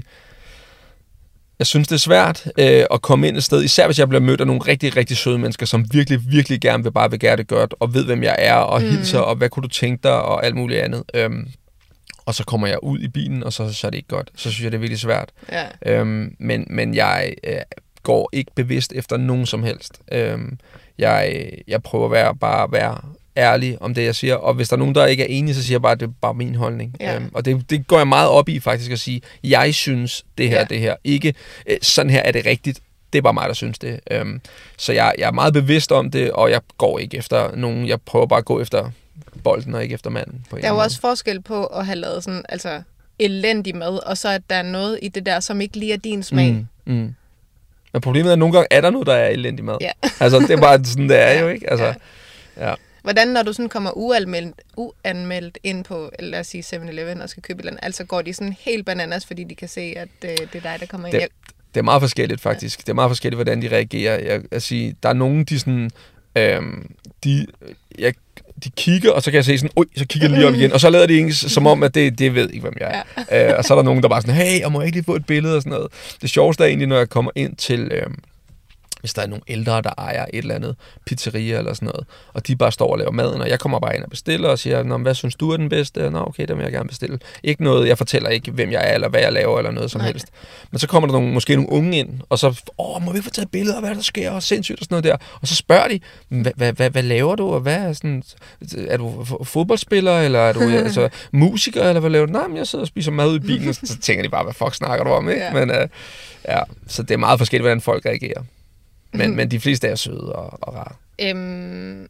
jeg synes, det er svært øh, at komme ind et sted, især hvis jeg bliver mødt af nogle rigtig, rigtig søde mennesker, som virkelig, virkelig gerne vil bare vil gøre det godt, og ved, hvem jeg er, og mm. hilser, og hvad kunne du tænke dig, og alt muligt andet. Øhm, og så kommer jeg ud i bilen, og så, så er det ikke godt. Så synes jeg, det er virkelig svært. Ja. Øhm, men, men jeg øh, går ikke bevidst efter nogen som helst. Øhm, jeg, jeg prøver at være, bare at være ærlig om det, jeg siger. Og hvis der er nogen, der ikke er enige, så siger jeg bare, at det er bare min holdning. Ja. Øhm, og det, det går jeg meget op i faktisk at sige, jeg synes det her, ja. det her. Ikke øh, sådan her er det rigtigt. Det er bare mig, der synes det. Øhm, så jeg, jeg er meget bevidst om det, og jeg går ikke efter nogen. Jeg prøver bare at gå efter bolden og ikke efter manden. På der er jo også forskel på at have lavet sådan, altså elendig mad, og så at der er noget i det der, som ikke lige er din smag. Mm, mm. Men problemet er, at nogle gange er der noget, der er elendig mad. Ja. Altså, det er bare sådan, det er ja. jo, ikke? Altså, ja. Ja. Hvordan, når du sådan kommer uanmeldt, uanmeldt ind på, lad os sige syv eleven og skal købe et eller andet, altså går de sådan helt bananas, fordi de kan se, at øh, det er dig, der kommer ind? Det, det er meget forskelligt, faktisk. Ja. Det er meget forskelligt, hvordan de reagerer. Jeg, jeg siger, der er nogen, de sådan, øhm, de, jeg, de kigger, og så kan jeg se sådan, oj, så kigger de lige op igen, og så lader de egentlig som om, at det, det ved ikke, hvem jeg er. Ja. Øh, og så er der nogen, der bare sådan, hey, jeg må ikke lige få et billede og sådan noget. Det sjoveste er egentlig, når jeg kommer ind til, øhm, hvis der er nogle ældre, der ejer et eller andet pizzeria eller sådan noget, og de bare står og laver maden, og jeg kommer bare ind og bestiller og siger, nå, hvad synes du er den bedste? Nå, okay, den vil jeg gerne bestille. Ikke noget, jeg fortæller ikke, hvem jeg er, eller hvad jeg laver, eller noget som Nej. helst. Men så kommer der nogle, måske nogle unge ind, og så, åh, må vi få taget billeder af, hvad der sker, og sindssygt og sådan noget der. Og så spørger de, hvad, hvad, hvad laver du, og hvad er sådan, er du fodboldspiller, eller er du altså, musiker, eller hvad laver du? Nej, men jeg sidder og spiser mad i bilen, og så tænker de bare, hvad fuck snakker du om, ikke? Ja. Men uh, ja, så det er meget forskelligt, hvordan folk reagerer. Men, men de fleste er søde og, og rare. Øhm,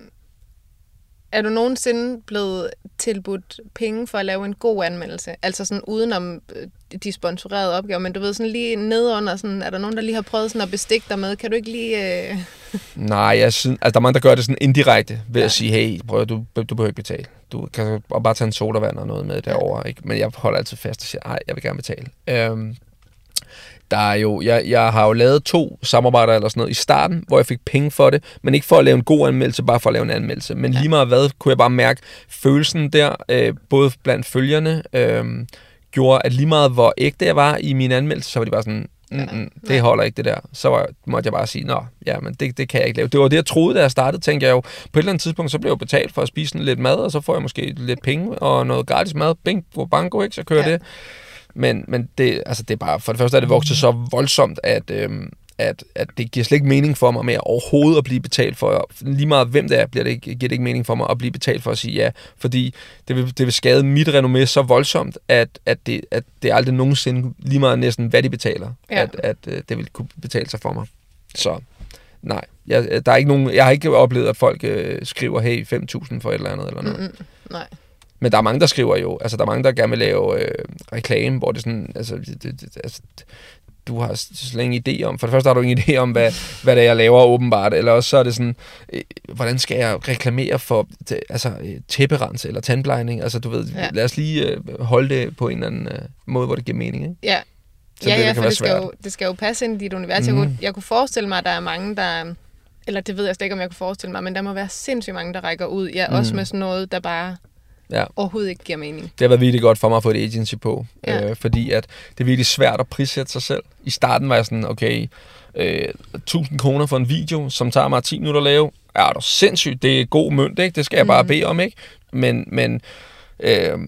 er du nogensinde blevet tilbudt penge for at lave en god anmeldelse? Altså sådan udenom de sponsorerede opgaver, men du ved sådan lige nedenunder, sådan, er der nogen, der lige har prøvet sådan at bestikke dig med? Kan du ikke lige... Øh... Nej, jeg synes, altså der er mange, der gør det sådan indirekte ved ja. at sige, hey, prøv, du, du behøver ikke betale. Du kan bare tage en sodavand og noget med derovre, ja. ikke? Men jeg holder altid fast og siger, nej, jeg vil gerne betale. Øhm, Der er jo, jeg, jeg har jo lavet to samarbejder eller sådan noget i starten, hvor jeg fik penge for det, men ikke for at lave en god anmeldelse, bare for at lave en anmeldelse. Men lige meget hvad, kunne jeg bare mærke følelsen der, øh, både blandt følgerne, øh, gjorde, at lige meget hvor ægte jeg var i min anmeldelse, så var de bare sådan, mm, mm, det holder ikke det der. Så var, måtte jeg bare sige, nå, ja, men det, det kan jeg ikke lave. Det var det, jeg troede, da jeg startede, tænkte jeg jo, på et eller andet tidspunkt, så blev jeg betalt for at spise sådan lidt mad, og så får jeg måske lidt penge og noget gratis mad, bing, på banko, ikke, så kører ja. det. Men, men det, altså det er bare, for det første er det vokset så voldsomt, at, øhm, at, at det giver slet ikke mening for mig med overhovedet at blive betalt for, lige meget hvem det er, bliver det ikke, giver det ikke mening for mig at blive betalt for at sige ja, fordi det vil, det vil skade mit renommé så voldsomt, at, at, det, at det aldrig nogensinde, lige meget næsten hvad de betaler, ja. at, at, at det vil kunne betale sig for mig. Så nej, jeg, der er ikke nogen, jeg har ikke oplevet, at folk øh, skriver, hey, fem tusind for et eller andet eller noget. Mm-mm, nej. Men der er mange, der skriver jo, altså der er mange, der gerne vil lave øh, reklame, hvor det sådan, altså, det, det, altså, du har slet ingen idé om, for det første har du ingen idé om, hvad, hvad det er, jeg laver åbenbart, eller også så er det sådan, øh, hvordan skal jeg reklamere for det, altså, tæpperens eller tandplejning, altså du ved, ja. lad os lige øh, holde det på en eller anden øh, måde, hvor det giver mening, ikke? Ja, så ja, det, ja det for det skal, jo, det skal jo passe ind i dit univers. Mm. Jeg, kunne, jeg kunne forestille mig, at der er mange, der, eller det ved jeg slet ikke, om jeg kunne forestille mig, men der må være sindssygt mange, der rækker ud, ja, mm. også med sådan noget, der bare... Ja. Overhovedet ikke giver mening. Det har været virkelig godt for mig at få et agency på, ja. øh, fordi at det er virkelig svært at prissætte sig selv. I starten var jeg sådan, okay, øh, tusind kroner for en video, som tager mig ti minutter at lave, er det sindssygt, det er god mønt, ikke? Det skal jeg bare mm. bede om, ikke? Men, men øh,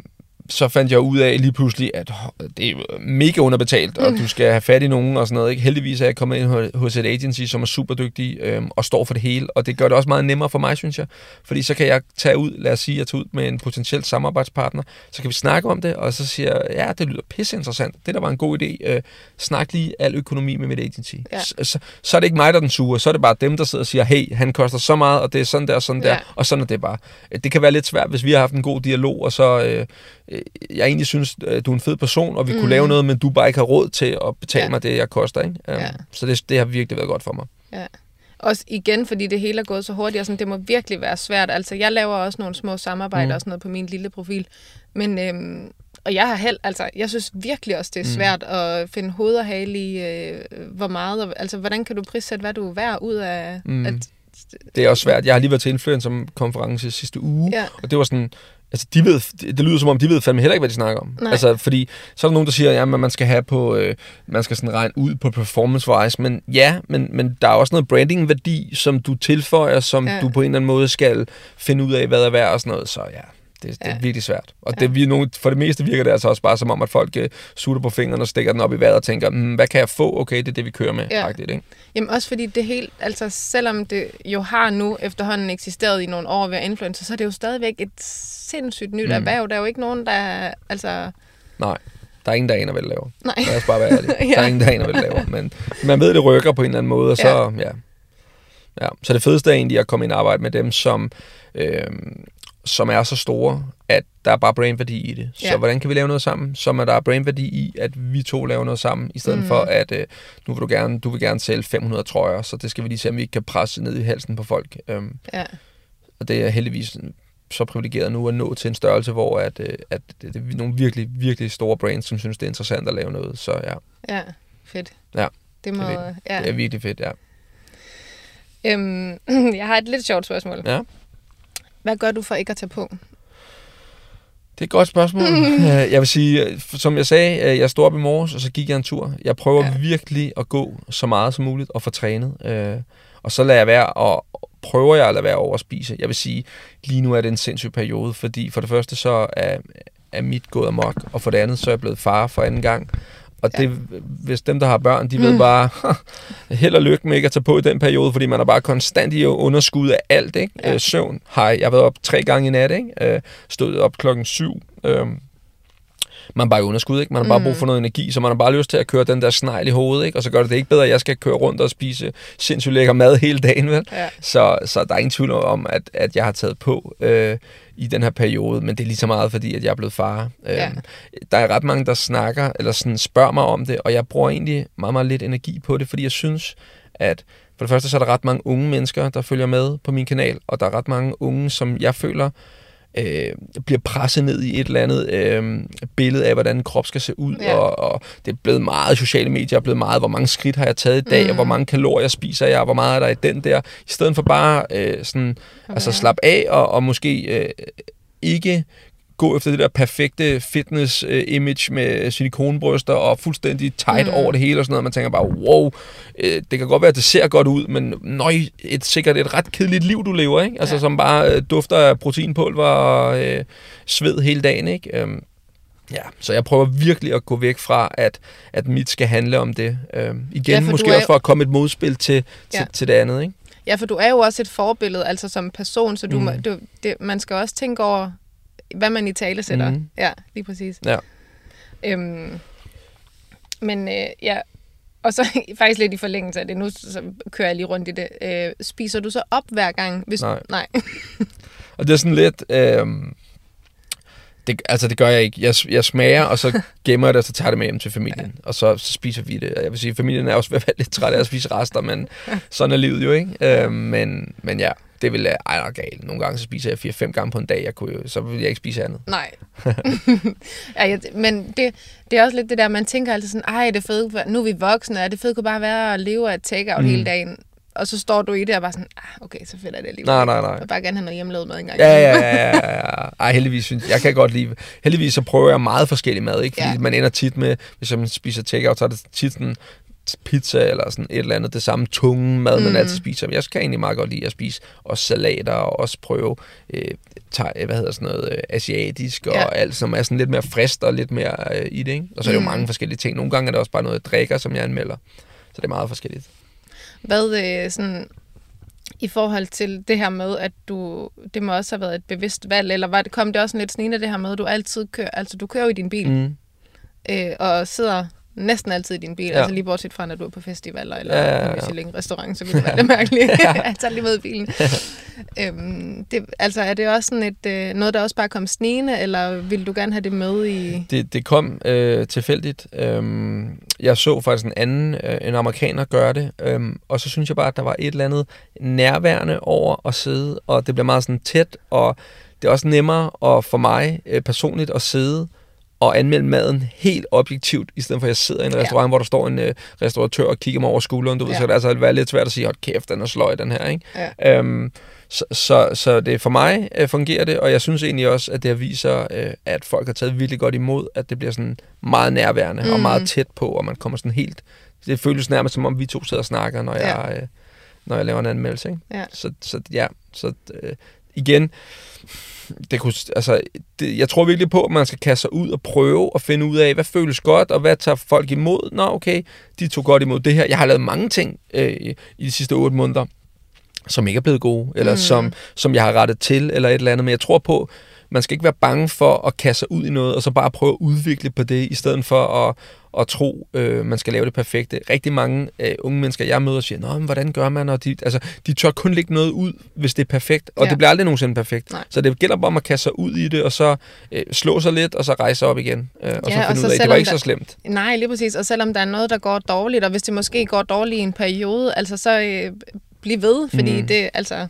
så fandt jeg ud af lige pludselig, at det er mega underbetalt, og du skal have fat i nogen og sådan noget. Ikke? Heldigvis er jeg kommet ind hos et agency, som er super dygtig øh, og står for det hele, og det gør det også meget nemmere for mig, synes jeg. Fordi så kan jeg tage ud, lad os sige, at jeg tager ud med en potentiel samarbejdspartner, så kan vi snakke om det, og så siger jeg, ja, det lyder pisse interessant. Det der var en god idé. Øh, snak lige al økonomi med mit agency. Ja. Så, så, så er det ikke mig, der er den sure, så er det bare dem, der sidder og siger, hey, han koster så meget, og det er sådan der og sådan ja. der, og sådan er det bare. Det kan være lidt svært, hvis vi har haft en god dialog, og så øh, jeg egentlig synes, du er en fed person, og vi mm. kunne lave noget, men du bare ikke har råd til at betale ja. mig det, jeg koster. Ikke? Um, ja. Så det, det har virkelig været godt for mig. Ja. Også igen, fordi det hele er gået så hurtigt, og sådan, det må virkelig være svært. Altså, jeg laver også nogle små samarbejder mm. og sådan noget på min lille profil, men øhm, og jeg har held, altså, jeg synes virkelig også, det er svært mm. at finde hoved og hale i, øh, hvor meget, altså, hvordan kan du prissætte, hvad du er værd ud af... Mm. At, det er også svært. Jeg har lige været til influencer-konference sidste uge, ja. og det var sådan... Altså, de ved, det lyder som om, de ved fandme heller ikke, hvad de snakker om. Nej. Altså, fordi så er der nogen, der siger, at ja, man skal have på, øh, man skal sådan regne ud på performance-wise, men ja, men, men der er også noget branding-værdi, som du tilføjer, som ja. du på en eller anden måde skal finde ud af, hvad er værd og sådan noget, så ja. Det, det er ja. virkelig svært. Og ja. det, for det meste virker det altså også bare som om, at folk uh, sutter på fingrene og stikker den op i vejret og tænker, hm, hvad kan jeg få? Okay, det er det, vi kører med. Ja. Faktisk, ikke? Jamen også fordi det helt, altså selvom det jo har nu efterhånden eksisteret i nogle år ved influencer, så er det jo stadigvæk et sindssygt nyt mm. erhverv. Der er jo ikke nogen, der altså... Nej, der er ingen, der aner, hvad det laver. Nej. Lad os bare være ærlig. ja. Der er ingen, der aner, hvad det laver. Men man ved, det rykker på en eller anden måde, og så, ja. ja. ja. Så det fedeste er egentlig at komme ind og arbejde med dem, som... Øh, som er så store, at der er bare brainværdi i det. Ja. Så hvordan kan vi lave noget sammen, som er der er brainværdi i, at vi to laver noget sammen, i stedet mm. for, at øh, nu vil du gerne, du vil gerne sælge fem hundrede trøjer, så det skal vi lige se, om vi ikke kan presse ned i halsen på folk. Um, ja. Og det er heldigvis så privilegeret nu at nå til en størrelse, hvor at, øh, at det, det er nogle virkelig, virkelig store brands, som synes, det er interessant at lave noget. Så ja. Ja, fedt. Ja, det, må, det, er, ja. det er virkelig fedt, ja. Øhm, jeg har et lidt sjovt spørgsmål. Ja. Hvad gør du for ikke at tage på? Det er et godt spørgsmål. Jeg vil sige, som jeg sagde, jeg stod op i morges, og så gik jeg en tur. Jeg prøver ja. virkelig at gå så meget som muligt og få trænet. Og så lader jeg være, og prøver jeg at lade være over at spise. Jeg vil sige, lige nu er det en sindssyg periode, fordi for det første så er, er mit gået amok, og for det andet så er jeg blevet far for anden gang. Og det, ja. hvis dem, der har børn, de ved mm. bare, held og lykke med ikke at tage på i den periode, fordi man er bare konstant i underskud af alt, ikke? Ja. Øh, søvn. Hej, jeg har været op tre gange i nat, ikke? Øh, stået op klokken syv. Øh, man er bare i underskud, ikke? Man har bare brug for noget energi, så man har bare lyst til at køre den der snegl i hovedet, ikke? Og så gør det det ikke bedre, at jeg skal køre rundt og spise sindssygt lækker mad hele dagen, vel? Ja. Så, så der er ingen tvivl om, at, at jeg har taget på øh, i den her periode, men det er lige så meget, fordi at jeg er blevet far. Ja. Øh, der er ret mange, der snakker, eller sådan spørger mig om det, og jeg bruger egentlig meget, meget lidt energi på det, fordi jeg synes, at for det første, så er der ret mange unge mennesker, der følger med på min kanal, og der er ret mange unge, som jeg føler, Øh, bliver presset ned i et eller andet øh, billede af, hvordan en krop skal se ud, ja. og, og det er blevet meget, sociale medier er blevet meget, hvor mange skridt har jeg taget i dag, mm. og hvor mange kalorier spiser jeg, og hvor meget er der i den der, i stedet for bare øh, sådan, okay. altså slappe af, og, og måske øh, ikke gå efter det der perfekte fitness-image med silikonebryster og fuldstændig tight mm. over det hele og sådan noget. Man tænker bare, wow, øh, det kan godt være, at det ser godt ud, men nøj, et, sikkert et ret kedeligt liv, du lever, ikke? Altså, ja. som bare øh, dufter af proteinpulver og øh, sved hele dagen, ikke? Um, ja, så jeg prøver virkelig at gå væk fra, at, at mit skal handle om det. Um, igen, ja, måske også for at komme et modspil til, til, ja. til det andet, ikke? Ja, for du er jo også et forbillede, altså som person, så du, mm. du, det, man skal også tænke over, hvad man i tale sætter. Mm. Ja, lige præcis. Ja. Øhm, men øh, ja, og så faktisk lidt i forlængelse af det, nu så kører jeg lige rundt i det. Øh, spiser du så op hver gang? Hvis Nej. Nej. Og det er sådan lidt... Øh, det, altså det gør jeg ikke. Jeg, jeg smager, og så gemmer jeg det, og så tager det med hjem til familien. Ja. Og så, så spiser vi det. Jeg vil sige, familien er også ved at være lidt træt af at spise rester, men sådan er livet jo, ikke? Øh, men, men ja, det vil jeg ej, galt. Nogle gange så spiser jeg fire fem gange på en dag, jeg kunne jo, så vil jeg ikke spise andet. Nej. ja, jeg, men det, det er også lidt det der, man tænker altid sådan, ej, det er fedt, nu er vi voksne, og det fede kunne bare være at leve af et take-out mm. hele dagen. Og så står du i det og bare sådan, ah, okay, så fedt er det alligevel. Nej, nej, nej. Jeg vil bare gerne have noget hjemmelavet mad engang. Ja, ja, ja, ja, ja. Ej, heldigvis synes jeg, kan godt lide. Heldigvis så prøver jeg meget forskellig mad, ikke? Fordi ja. man ender tit med, hvis man spiser take-out, så er det tit sådan pizza eller sådan et eller andet, det samme tunge mad, mm. man altid spiser. Men jeg kan egentlig meget godt lide at spise også salater og også prøve øh, thai, hvad hedder sådan noget, øh, asiatisk og ja. alt, som er sådan lidt mere frist og lidt mere øh, i det, ikke? Og så er det mm. jo mange forskellige ting. Nogle gange er det også bare noget, jeg drikker, som jeg anmelder. Så det er meget forskelligt. Hvad øh, sådan i forhold til det her med, at du, det må også have været et bevidst valg, eller var det, kom det også sådan lidt snigende af det her med, at du altid kører, altså du kører jo i din bil, mm. øh, og sidder næsten altid i din bil, ja. altså lige bortset fra, når du er på festivaler eller ja, ja, ja. på Michelin-restaurant, så vil det være det mærkeligt. ja. Jeg tager lige med i bilen. øhm, det, altså er det også sådan et, øh, noget, der også bare kom snigende, eller vil du gerne have det med i... Det, det kom øh, tilfældigt. Øhm, jeg så faktisk en anden, øh, en amerikaner gøre det, øhm, og så synes jeg bare, at der var et eller andet nærværende over at sidde, og det bliver meget sådan tæt, og det er også nemmere og for mig øh, personligt at sidde og anmelde maden helt objektivt, i stedet for at jeg sidder i en restaurant, ja. hvor der står en øh, restauratør og kigger mig over skulderen, du ved, ja. så kan det altså være lidt svært at sige, hold kæft, den er sløj, den her, ikke? Ja. Øhm, så, så, så det for mig øh, fungerer det, og jeg synes egentlig også, at det viser, øh, at folk har taget virkelig godt imod, at det bliver sådan meget nærværende mm. og meget tæt på, og man kommer sådan helt, det føles nærmest som om vi to sidder og snakker, når jeg, ja. øh, når jeg laver en anmeldelse, ikke? Ja. Så, så ja, så øh, igen, det kunne, altså, det, jeg tror virkelig på, at man skal kaste sig ud og prøve at finde ud af, hvad føles godt, og hvad tager folk imod. Nå, okay, de tog godt imod det her. Jeg har lavet mange ting øh, i de sidste otte måneder, som ikke er blevet gode, eller mm. som, som jeg har rettet til, eller et eller andet. Men jeg tror på, man skal ikke være bange for at kaste sig ud i noget, og så bare prøve at udvikle på det, i stedet for at, at tro, øh, man skal lave det perfekte. Rigtig mange øh, unge mennesker, jeg møder, siger, nå, men hvordan gør man? Og de, altså, de tør kun lægge noget ud, hvis det er perfekt, og ja. det bliver aldrig nogensinde perfekt. Nej. Så det gælder bare om at kaste sig ud i det, og så øh, slå sig lidt, og så rejse sig op igen, øh, og ja, så finde ud af, at det var ikke der, så slemt. Nej, lige præcis. Og selvom der er noget, der går dårligt, og hvis det måske går dårligt i en periode, altså så øh, bliv ved, fordi mm. det, altså...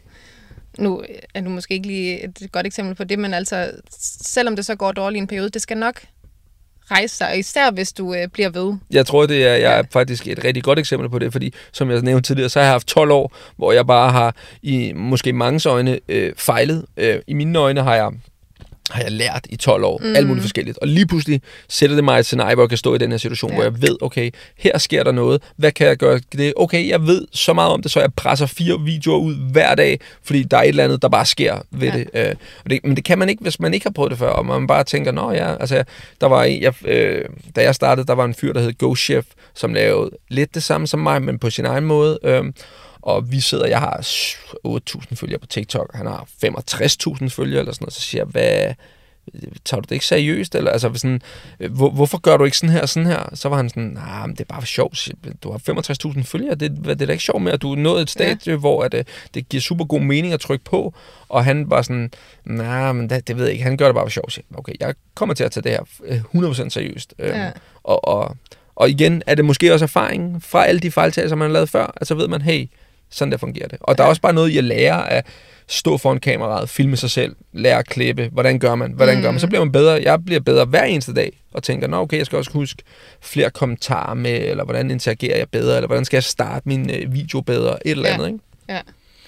Nu er du måske ikke lige et godt eksempel på det, men altså, selvom det så går dårligt i en periode, det skal nok rejse sig, især hvis du øh, bliver ved. Jeg tror, det er, jeg er faktisk et rigtig godt eksempel på det, fordi som jeg nævnte tidligere, så har jeg haft tolv år, hvor jeg bare har i måske manges øjne øh, fejlet. Øh, I mine øjne har jeg har jeg lært i tolv år, mm. alt muligt forskelligt. Og lige pludselig sætter det mig i et scenarie, hvor jeg kan stå i den her situation, ja. hvor jeg ved, okay, her sker der noget. Hvad kan jeg gøre det? Okay, jeg ved så meget om det, så jeg presser fire videoer ud hver dag, fordi der er et eller andet, der bare sker ved ja. det. Øh, og det. Men det kan man ikke, hvis man ikke har prøvet det før, og man bare tænker, nå ja, altså, der var en, jeg, øh, da jeg startede, der var en fyr, der hed Go Chef, som lavede lidt det samme som mig, men på sin egen måde. Øh, Og vi sidder, jeg har otte tusind følgere på TikTok, han har femogtres tusind følgere eller sådan noget, så siger jeg, hvad, tager du det ikke seriøst? Eller, altså, sådan, hvor, hvorfor gør du ikke sådan her og sådan her? Så var han sådan, nej, men det er bare for sjov. Du har femogtres tusind følgere, det, det er da ikke sjovt med, at du er nået et stadie, ja. hvor at, det giver super god mening at trykke på. Og han var sådan, nej, men det, det ved jeg ikke, han gør det bare for sjov. Så, okay, jeg kommer til at tage det her hundrede procent seriøst. Ja. Øhm, og, og, og igen er det måske også erfaring fra alle de fejltagelser, man har lavet før. Altså ved man, hey, sådan der fungerer det. Og ja. der er også bare noget, jeg lærer at stå foran kameraet, filme sig selv, lære at klippe. Hvordan gør man? Hvordan mm. gør man? Så bliver man bedre. Jeg bliver bedre hver eneste dag og tænker, nå okay, jeg skal også huske flere kommentarer med, eller hvordan interagerer jeg bedre, eller hvordan skal jeg starte min øh, video bedre, et eller ja. andet, ikke? Ja.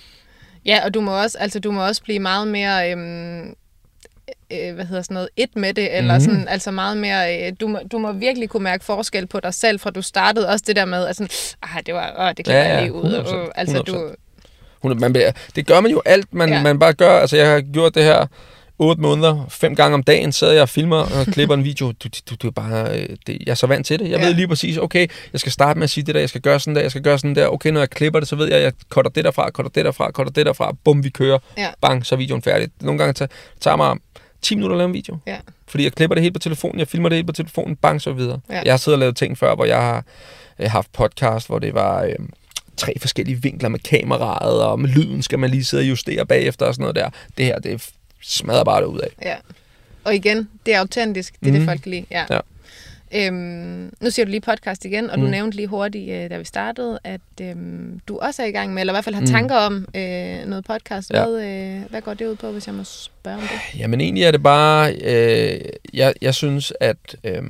Ja, og du må også, altså du må også blive meget mere øhm, øh, hvad hedder sådan noget, et med det, eller mm. sådan, altså meget mere, øh, du, må, du må virkelig kunne mærke forskel på dig selv, fra du startede, også det der med, altså, ah, det var, åh, det klipper jeg lige ud, hundrede procent, og, altså du... Man, det gør man jo alt, man, ja. man bare gør. Altså, jeg har gjort det her otte måneder, fem gange om dagen, sidder jeg og filmer og klipper en video. Du, du, du er bare, det, jeg er så vant til det. Jeg ja. ved lige præcis, okay, jeg skal starte med at sige det der, jeg skal gøre sådan der, jeg skal gøre sådan der. Okay, når jeg klipper det, så ved jeg, jeg cutter det derfra, cutter det derfra, cutter det derfra. Bum, vi kører. Ja. Bang, så er videoen færdig. Nogle gange tager, tager mig ti minutter at lave en video. Ja. Fordi jeg klipper det helt på telefonen, jeg filmer det helt på telefonen, bang, så videre. Ja. Jeg har siddet og lavet ting før, hvor jeg har øh, haft podcast, hvor det var... Øh, tre forskellige vinkler med kameraet, og med lyden skal man lige sidde og justere bagefter og sådan noget der. Det her, det smadrer bare det ud af. Ja. Og igen, det er autentisk. Det er mm. det, folk kan lide. Ja. Ja. Øhm, nu siger du lige podcast igen, og mm. du nævnte lige hurtigt, da vi startede, at øhm, du også er i gang med, eller i hvert fald har tanker om øh, noget podcast. Ja. Hvad, øh, hvad går det ud på, hvis jeg må spørge om det? Jamen egentlig er det bare, øh, jeg, jeg synes, at, øh,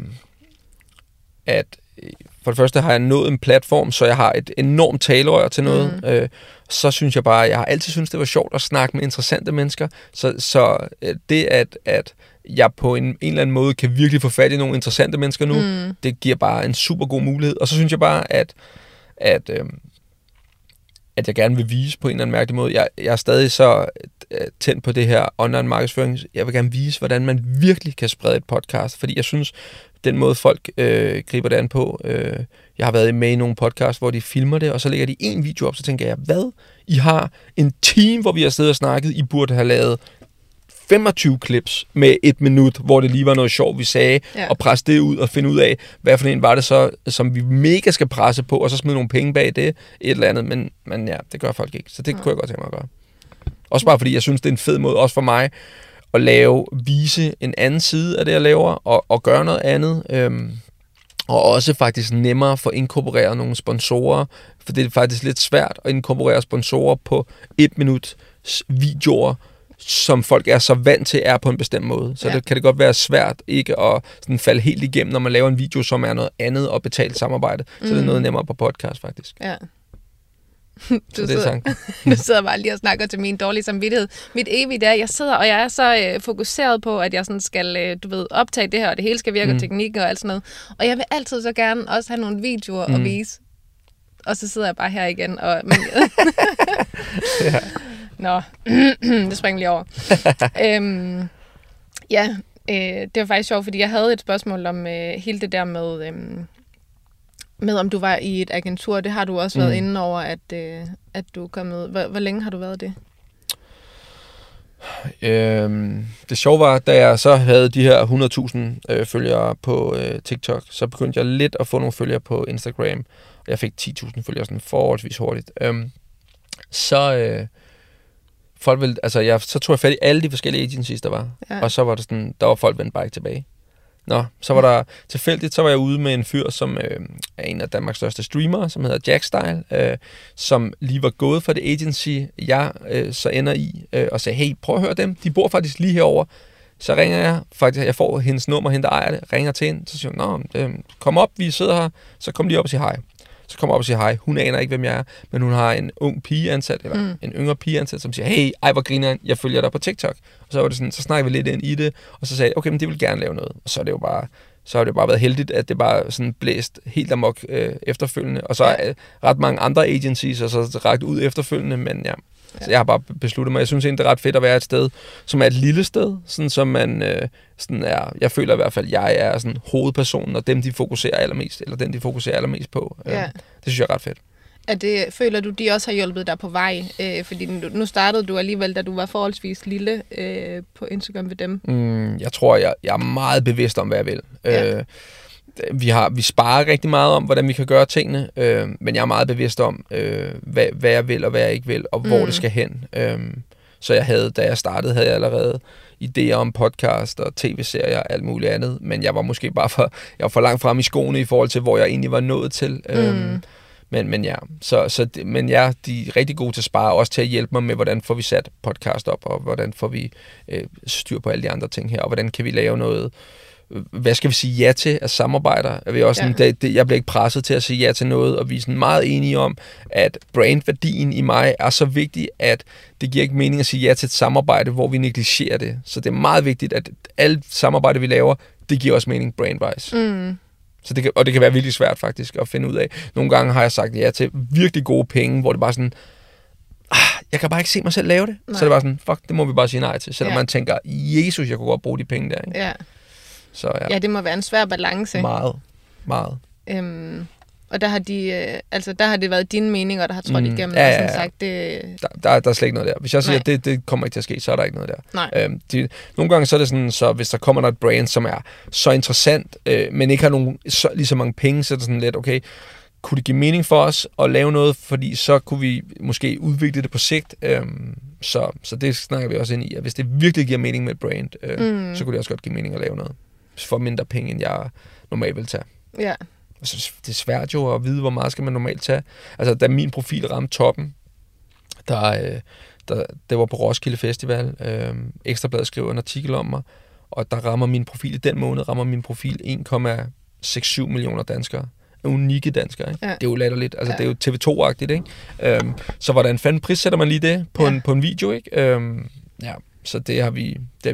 at for det første har jeg nået en platform, så jeg har et enormt talerør til noget. Mm. Øh, så synes jeg bare, jeg har altid syntes, det var sjovt at snakke med interessante mennesker. Så, så det, at, at jeg på en, en eller anden måde kan virkelig få fat i nogle interessante mennesker nu. Mm. Det giver bare en super god mulighed. Og så synes jeg bare, at, at, øh, at jeg gerne vil vise på en eller anden mærkelig måde. Jeg, jeg er stadig så tændt på det her online markedsføring. Jeg vil gerne vise, hvordan man virkelig kan sprede et podcast, fordi jeg synes, den måde folk øh, griber det an på. Øh, jeg har været med i nogle podcast, hvor de filmer det, og så lægger de en video op, så tænker jeg, hvad? I har en team, hvor vi har siddet og snakket. I burde have lavet femogtyve clips med et minut, hvor det lige var noget sjovt, vi sagde, ja. Og presse det ud og finde ud af, hvad for en var det så, som vi mega skal presse på, og så smide nogle penge bag det, et eller andet. Men, men ja, det gør folk ikke, så det ja. kunne jeg godt tænke mig at gøre. Også bare fordi, jeg synes, det er en fed måde, også for mig, at lave, vise en anden side af det, jeg laver, og, og gøre noget andet. Øhm, og også faktisk nemmere for at inkorporere nogle sponsorer, for det er faktisk lidt svært at inkorporere sponsorer på et minut videoer, som folk er så vant til, er på en bestemt måde. Så ja. det kan det godt være svært ikke at sådan falde helt igennem, når man laver en video, som er noget andet og betalt samarbejde. Så mm. det er noget nemmere på podcast, faktisk. Ja. Du, så det sidder, du sidder bare lige og snakker til min dårlige samvittighed. Mit evigt er, jeg sidder, og jeg er så øh, fokuseret på, at jeg sådan skal, øh, du ved, optage det her, og det hele skal virke, mm. og teknik og alt sådan noget. Og jeg vil altid så gerne også have nogle videoer mm. at vise. Og så sidder jeg bare her igen. Og, men, ja. Nå, det springer lige over. øhm, ja, øh, det var faktisk sjovt, fordi jeg havde et spørgsmål om øh, hele det der med... Øh, med om du var i et agentur. Det har du også været mm. inde over, at, øh, at du er kommet. Hvor, hvor længe har du været det? Øhm, det sjove var, da jeg så havde de her hundrede tusind øh, følgere på øh, TikTok, så begyndte jeg lidt at få nogle følgere på Instagram. Og jeg fik ti tusind følgere sådan forholdsvis hurtigt. Øhm, så øh, folk ville, altså jeg, så tog jeg fat i alle de forskellige agencies, der var. Ja. Og så var det sådan, der var folk vendt bare ikke tilbage. Nå, så var der tilfældigt, så var jeg ude med en fyr, som øh, er en af Danmarks største streamere, som hedder Jackstyle, øh, som lige var gået fra det agency, jeg øh, så ender i, øh, og sagde, hey, prøv at høre dem, de bor faktisk lige herover. Så ringer jeg, faktisk, jeg får hendes nummer, hende der ejer det, ringer til hende, så siger hun, nå, øh, kom op, vi sidder her, så kom lige op og siger hej. Så kommer op og siger hej. Hun aner ikke, hvem jeg er, men hun har en ung pige ansat, eller mm. en yngre pige ansat, som siger, hey, ej, hvor griner jeg følger dig på TikTok. Og så var det sådan, så snakker vi lidt ind i det, og så sagde jeg, okay, men det vil gerne lave noget. Og så er det jo bare, så har det jo bare været heldigt, at det bare sådan blæst helt amok øh, efterfølgende. Og så er øh, ret mange andre agencies, og så rakt ud efterfølgende, men ja. Ja. Så jeg har bare besluttet mig. Jeg synes egentlig, det er ret fedt at være et sted, som er et lille sted, sådan som man øh, sådan er. Jeg føler i hvert fald, at jeg er sådan hovedpersonen, og dem de fokuserer allermest, eller den de fokuserer allermest på. Ja. Det synes jeg er ret fedt. Er det, føler du, de også har hjulpet dig på vej? Øh, fordi nu startede du alligevel, da du var forholdsvis lille øh, på Instagram ved dem. Mm, jeg tror, jeg, jeg er meget bevidst om, hvad jeg vil. Ja. Øh, Vi, har, vi sparer rigtig meget om, hvordan vi kan gøre tingene, øh, men jeg er meget bevidst om, øh, hvad, hvad jeg vil og hvad jeg ikke vil, og hvor mm. det skal hen. Øh, så jeg havde, da jeg startede, havde jeg allerede idéer om podcast og tv-serier og alt muligt andet, men jeg var måske bare for, jeg var for langt frem i skoene i forhold til, hvor jeg egentlig var nået til. Mm. Øh, men, men ja, så, så det, men ja, de er rigtig gode til at spare, også til at hjælpe mig med, hvordan får vi sat podcast op, og hvordan får vi øh, styr på alle de andre ting her, og hvordan kan vi lave noget, hvad skal vi sige ja til af samarbejder? Jeg, vil også sådan, ja. det, det, jeg bliver ikke presset til at sige ja til noget, og vi er sådan meget enige om, at brandværdien i mig er så vigtig, at det giver ikke mening at sige ja til et samarbejde, hvor vi negligerer det. Så det er meget vigtigt, at alle samarbejder, vi laver, det giver også mening brandwise. Mm. Så det kan, og det kan være virkelig svært faktisk at finde ud af. Nogle gange har jeg sagt ja til virkelig gode penge, hvor det bare sådan, ah, jeg kan bare ikke se mig selv lave det. Nej. Så det er bare sådan, fuck, det må vi bare sige nej til. Selvom ja. man tænker, Jesus, jeg kunne godt bruge de penge der. Ikke? Ja. Så, ja. ja, det må være en svær balance. Meget, meget. Øhm, og der har, de, øh, altså, der har det været dine meninger, der har trådt mm, igennem. Ja, ja, ja. Og sådan sagt, det... der, der, der er slet ikke noget der. Hvis jeg siger, at det, det kommer ikke til at ske, så er der ikke noget der. Nej. Øhm, de, nogle gange så er det sådan, så hvis der kommer der et brand, som er så interessant, øh, men ikke har nogen, så, lige så mange penge, så er det sådan lidt, okay, kunne det give mening for os at lave noget, fordi så kunne vi måske udvikle det på sigt. Øhm, så, så det snakker vi også ind i, at hvis det virkelig giver mening med et brand, øh, mm. så kunne det også godt give mening at lave noget for mindre penge, end jeg normalt vil tage. Ja. Altså, det er svært jo at vide, hvor meget skal man normalt tage. Altså, da min profil ramte toppen, der, øh, der, det var på Roskilde Festival, øh, Ekstrabladet skriver en artikel om mig, og der rammer min profil, i den måned rammer min profil en komma seks syv millioner danskere. Unikke danskere, ikke? Ja. Det er jo latterligt. Altså, ja. Det er jo T V to-agtigt, ikke? Øhm, så hvordan fanden prissætter man lige det på, ja. en, på en video, ikke? Øhm, ja, så det har vi, det har vi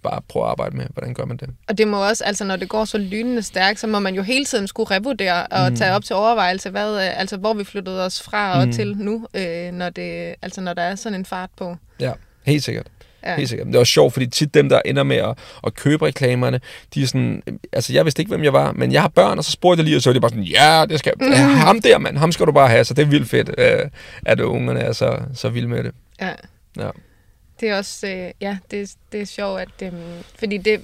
bare prøve at arbejde med, hvordan gør man det. Og det må også, altså når det går så lynende stærkt, så må man jo hele tiden skulle revurdere og mm. tage op til overvejelse, hvad, altså hvor vi flyttede os fra og mm. til nu, øh, når, det, altså når der er sådan en fart på. Ja, helt sikkert. Ja. Helt sikkert. Det er også sjovt, fordi tit dem, der ender med at, at købe reklamerne, de er sådan, altså jeg vidste ikke, hvem jeg var, men jeg har børn, og så spurgte jeg lige, og så er det bare sådan, ja, det skal, mm. ham der, mand, ham skal du bare have, så det er vildt fedt, øh, at ungerne er så, så vilde med det. Ja. Ja. Det er også, øh, ja, det, det er sjovt, at, øh, fordi det,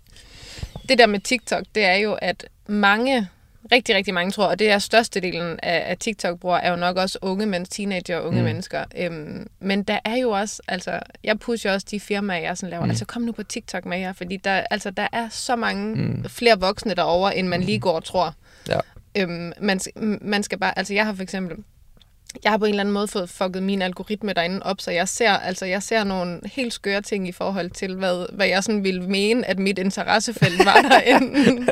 det der med TikTok, det er jo, at mange, rigtig, rigtig mange tror, og det er størstedelen af, af TikTok-brugere, er jo nok også unge mennesker, teenager og unge mm. mennesker. Øhm, men der er jo også, altså, jeg pusher også de firmaer, jeg sådan laver, mm. altså kom nu på TikTok med jer, fordi der, altså, der er så mange mm. flere voksne derovre, end man lige går og tror. Ja. Øhm, man, man skal bare, altså jeg har for eksempel, jeg har på en eller anden måde fået fucket min algoritme derinde op, så jeg ser, altså jeg ser nogle helt skøre ting i forhold til, hvad, hvad jeg sådan ville mene, at mit interessefelt var derinde.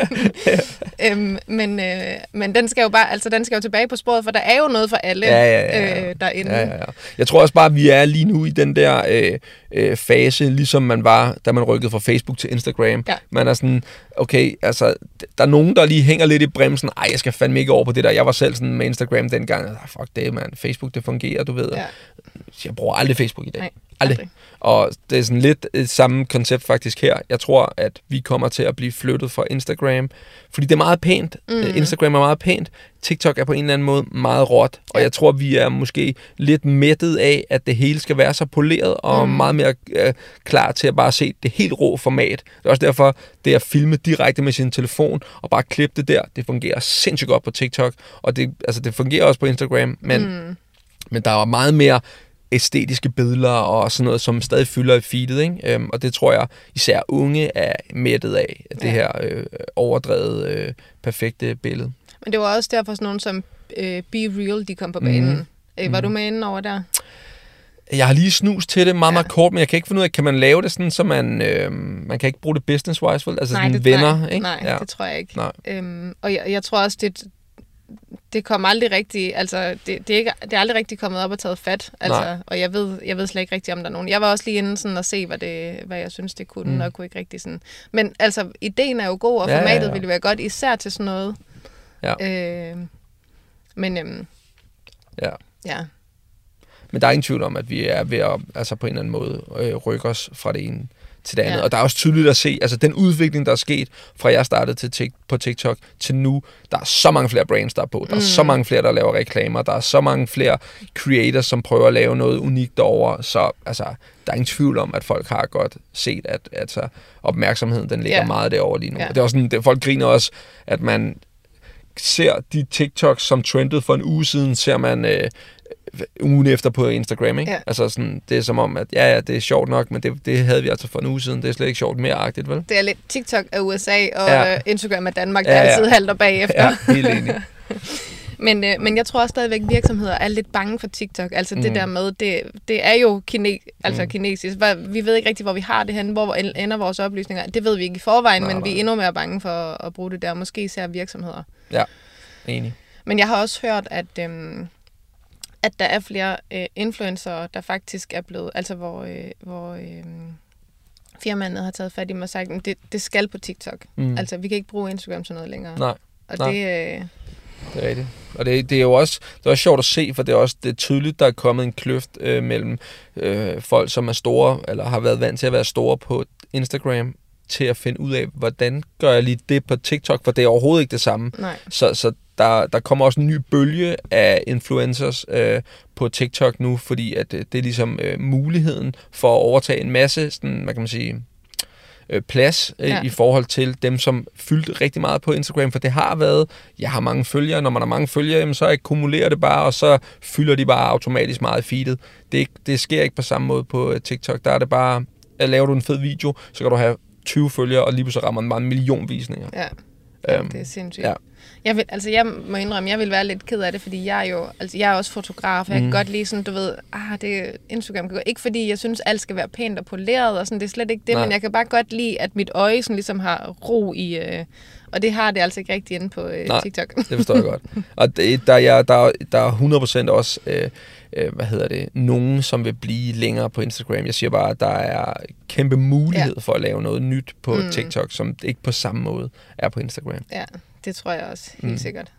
øhm, men, øh, men den skal jo bare, altså den skal jo tilbage på sporet, for der er jo noget for alle ja, ja, ja. Øh, derinde. Ja, ja, ja. Jeg tror også bare, at vi er lige nu i den der øh, øh, fase, ligesom man var, da man rykkede fra Facebook til Instagram. Ja. Man er sådan, okay, altså, der er nogen, der lige hænger lidt i bremsen. Ej, jeg skal fandme ikke over på det der. Jeg var selv sådan med Instagram dengang. Fuck det, man. Facebook, det fungerer, du ved. Ja. Jeg bruger aldrig Facebook i dag. Nej, aldrig. aldrig. Og det er sådan lidt et samme koncept faktisk her. Jeg tror, at vi kommer til at blive flyttet fra Instagram, fordi det er meget pænt. Mm. Instagram er meget pænt. TikTok er på en eller anden måde meget råt. Og ja. jeg tror, vi er måske lidt mættet af, at det hele skal være så poleret og mm. meget mere øh, klar til at bare se det helt rå format. Det er også derfor, det at filme direkte med sin telefon og bare klippe det der, det fungerer sindssygt godt på TikTok. Og det, altså, det fungerer også på Instagram, men, mm. men der er meget mere æstetiske billeder og sådan noget, som stadig fylder i feedet, ikke? Øhm, og det tror jeg især unge er mættet af, det ja. her øh, overdrevet, øh, perfekte billede. Men det var også derfor sådan nogen som øh, Be Real, de kom på banen. Mm. Øh, var mm. du med inde over der? Jeg har lige snust til det meget, meget ja. kort, men jeg kan ikke finde ud af, kan man lave det sådan, så man, øh, man kan ikke bruge det business-wise, vel? Altså nej, sådan venner, ikke? Nej, ja. det tror jeg ikke. Øhm, og jeg, jeg tror også, det det kom aldrig rigtig, altså det, det, er ikke, det er aldrig rigtig kommet op og taget fat, altså, og jeg ved, jeg ved slet ikke rigtig, om der er nogen. Jeg var også lige inde sådan og se, hvad, det, hvad jeg synes, det kunne, mm. og kunne ikke rigtig sådan. Men altså, ideen er jo god, og formatet ja, ja, ja. ville være godt, især til sådan noget. Ja. Øh, men, øhm, ja. ja. Men der er ingen tvivl om, at vi er ved at, altså på en eller anden måde, øh, rykke os fra det ene til det andet. Ja. Og der er også tydeligt at se, altså den udvikling, der er sket, fra jeg startede til på TikTok til nu, der er så mange flere brands, der er på. Der er mm. så mange flere, der laver reklamer. Der er så mange flere creators, som prøver at lave noget unikt derovre. Så altså, der er ingen tvivl om, at folk har godt set, at altså, opmærksomheden, den ligger yeah. meget derovre lige nu. Yeah. Det er også sådan, det, folk griner også, at man ser de TikToks, som trendede for en uge siden, ser man øh, ugen efter på Instagram, ikke? Ja. Altså sådan, det er som om, at ja, ja, det er sjovt nok, men det, det havde vi altså for en uge siden. Det er slet ikke sjovt mere-agtigt, vel? Det er lidt TikTok af U S A, og ja. Instagram af Danmark, der ja, ja. altid halter bagefter. Ja, helt enig. men, øh, men jeg tror også stadigvæk, at virksomheder er lidt bange for TikTok. Altså mm. det der med, det, det er jo kine, altså mm. kinesisk. Vi ved ikke rigtig, hvor vi har det henne, hvor ender vores oplysninger. Det ved vi ikke i forvejen, nej, men nej. vi er endnu mere bange for at bruge det der. Måske især virksomheder. Ja, enig. Men jeg har også hørt, at... Øhm, at der er flere øh, influencer, der faktisk er blevet, altså hvor, øh, hvor øh, firmaet har taget fat i mig og sagt, at det, det skal på TikTok. Mm. Altså, vi kan ikke bruge Instagram til noget længere. Nej. Og Nej. det... Øh... Det er rigtigt. Og det, det er jo også, det er også sjovt at se, for det er også det er tydeligt, der er kommet en kløft øh, mellem øh, folk, som er store, eller har været vant til at være store på Instagram, til at finde ud af, hvordan gør jeg lige det på TikTok, for det er overhovedet ikke det samme. Nej. Så, så der, der kommer også en ny bølge af influencers øh, på TikTok nu, fordi at det er ligesom øh, muligheden for at overtage en masse, sådan, hvad kan man sige, øh, plads øh, ja. i forhold til dem, som fyldte rigtig meget på Instagram, for det har været, jeg har mange følgere, når man har mange følgere, jamen, så akkumulerer det bare, og så fylder de bare automatisk meget i feedet. Det, det sker ikke på samme måde på øh, TikTok, der er det bare, at laver du en fed video, så kan du have tyve følgere, og lige pludselig rammer den bare en million visninger. Ja, ja øhm, det er sindssygt. Ja. Jeg vil, altså jeg må indrømme, jeg vil være lidt ked af det, fordi jeg er jo, altså jeg er også fotograf, og jeg mm. kan godt lide sådan, du ved, ah, det Instagram kan gå, ikke fordi jeg synes, alt skal være pænt og poleret, og sådan, det er slet ikke det, nej. Men jeg kan bare godt lide, at mit øje sådan ligesom har ro i, øh, og det har det altså ikke rigtig inde på øh, nej, TikTok. Det forstår jeg godt. Og det, der, er, der, der er hundrede procent også øh, øh, hvad hedder det, nogen, som vil blive længere på Instagram. Jeg siger bare, at der er kæmpe mulighed ja. for at lave noget nyt på mm. TikTok, som ikke på samme måde er på Instagram. Ja, det tror jeg også, helt Mm. sikkert.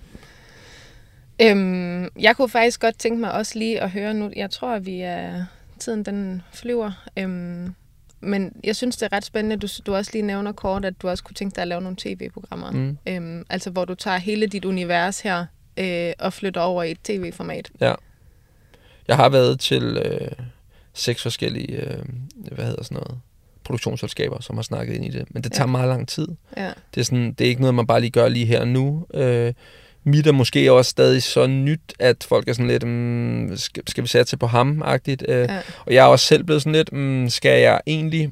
Øhm, jeg kunne faktisk godt tænke mig også lige at høre nu, jeg tror, at vi er, tiden den flyver, øhm, men jeg synes, det er ret spændende, du, du også lige nævner kort, at du også kunne tænke dig at lave nogle tv-programmer. Mm. Øhm, altså, hvor du tager hele dit univers her øh, og flytter over i et tv-format. Ja. Jeg har været til øh, seks forskellige, øh, hvad hedder sådan noget, produktionsselskaber, som har snakket ind i det. Men det tager ja. meget lang tid. Ja. Det er, sådan, det er ikke noget, man bare lige gør lige her og nu. Øh, mit er måske også stadig så nyt, at folk er sådan lidt, mm, skal, skal vi satse på ham-agtigt. Øh, Ja. Og jeg er også selv blevet sådan lidt, mm, skal jeg egentlig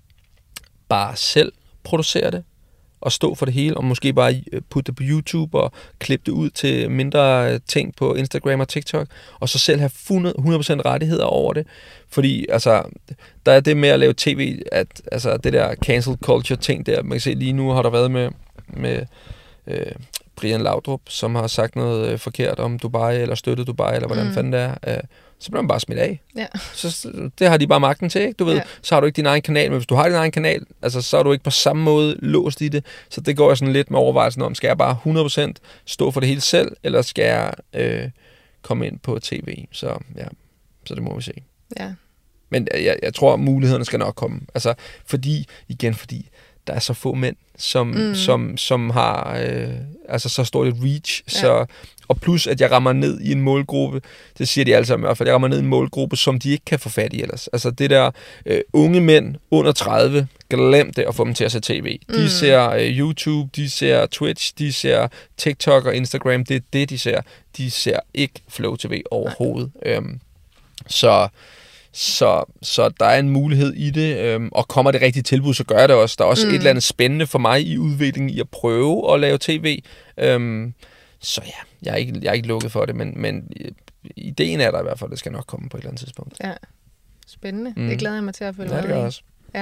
bare selv producere det? Og stå for det hele, og måske bare putte det på YouTube og klippe det ud til mindre ting på Instagram og TikTok, og så selv have hundrede procent rettigheder over det. Fordi altså, der er det med at lave tv, at altså, det der cancel culture ting der, man kan se lige nu har der været med, med øh, Brian Laudrup, som har sagt noget øh, forkert om Dubai, eller støttet Dubai, eller hvordan Mm. fanden det er. Øh, så bliver man bare smidt af. Ja. Så det har de bare magten til, ikke? Du ved, Ja. så har du ikke din egen kanal, men hvis du har din egen kanal, altså, så er du ikke på samme måde låst i det. Så det går jeg sådan lidt med overvejelsen om, skal jeg bare hundrede procent stå for det hele selv, eller skal jeg øh, komme ind på tv? Så ja, så det må vi se. Ja. Men jeg, jeg tror, at mulighederne skal nok komme. Altså, fordi, igen, fordi der er så få mænd, som, Mm. som, som har øh, altså så stort et reach. Ja. Så, og plus, at jeg rammer ned i en målgruppe, det siger de alle sammen i hvert fald, jeg rammer ned i en målgruppe, som de ikke kan få fat i ellers. Altså det der øh, unge mænd under tredive, glem det at få dem til at se tv. De Mm. ser øh, YouTube, de ser Twitch, de ser TikTok og Instagram, det er det, de ser. De ser ikke Flow T V overhovedet. Øhm, så... Så, så der er en mulighed i det, øhm, og kommer det rigtige tilbud, så gør jeg det også. Der er også mm. et eller andet spændende for mig i udviklingen i at prøve at lave tv. Øhm, så ja, jeg er, ikke, jeg er ikke lukket for det, men, men ideen er der i hvert fald, det skal nok komme på et eller andet tidspunkt. Ja, spændende. Mm. Det glæder jeg mig til at følge Ja, det med gør i. jeg også. Ja.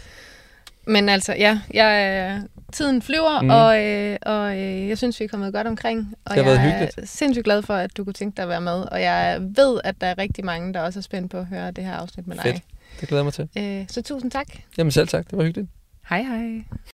Men altså, ja, jeg, tiden flyver, Mm. mm. og, øh, og øh, jeg synes, vi er kommet godt omkring. Og Det har været jeg hyggeligt. er sindssygt glad for, at du kunne tænke dig at være med. Og jeg ved, at der er rigtig mange, der også er spændt på at høre det her afsnit med dig. Fedt. Det glæder jeg mig til. Øh, så tusind tak. Jamen selv tak, det var hyggeligt. Hej hej.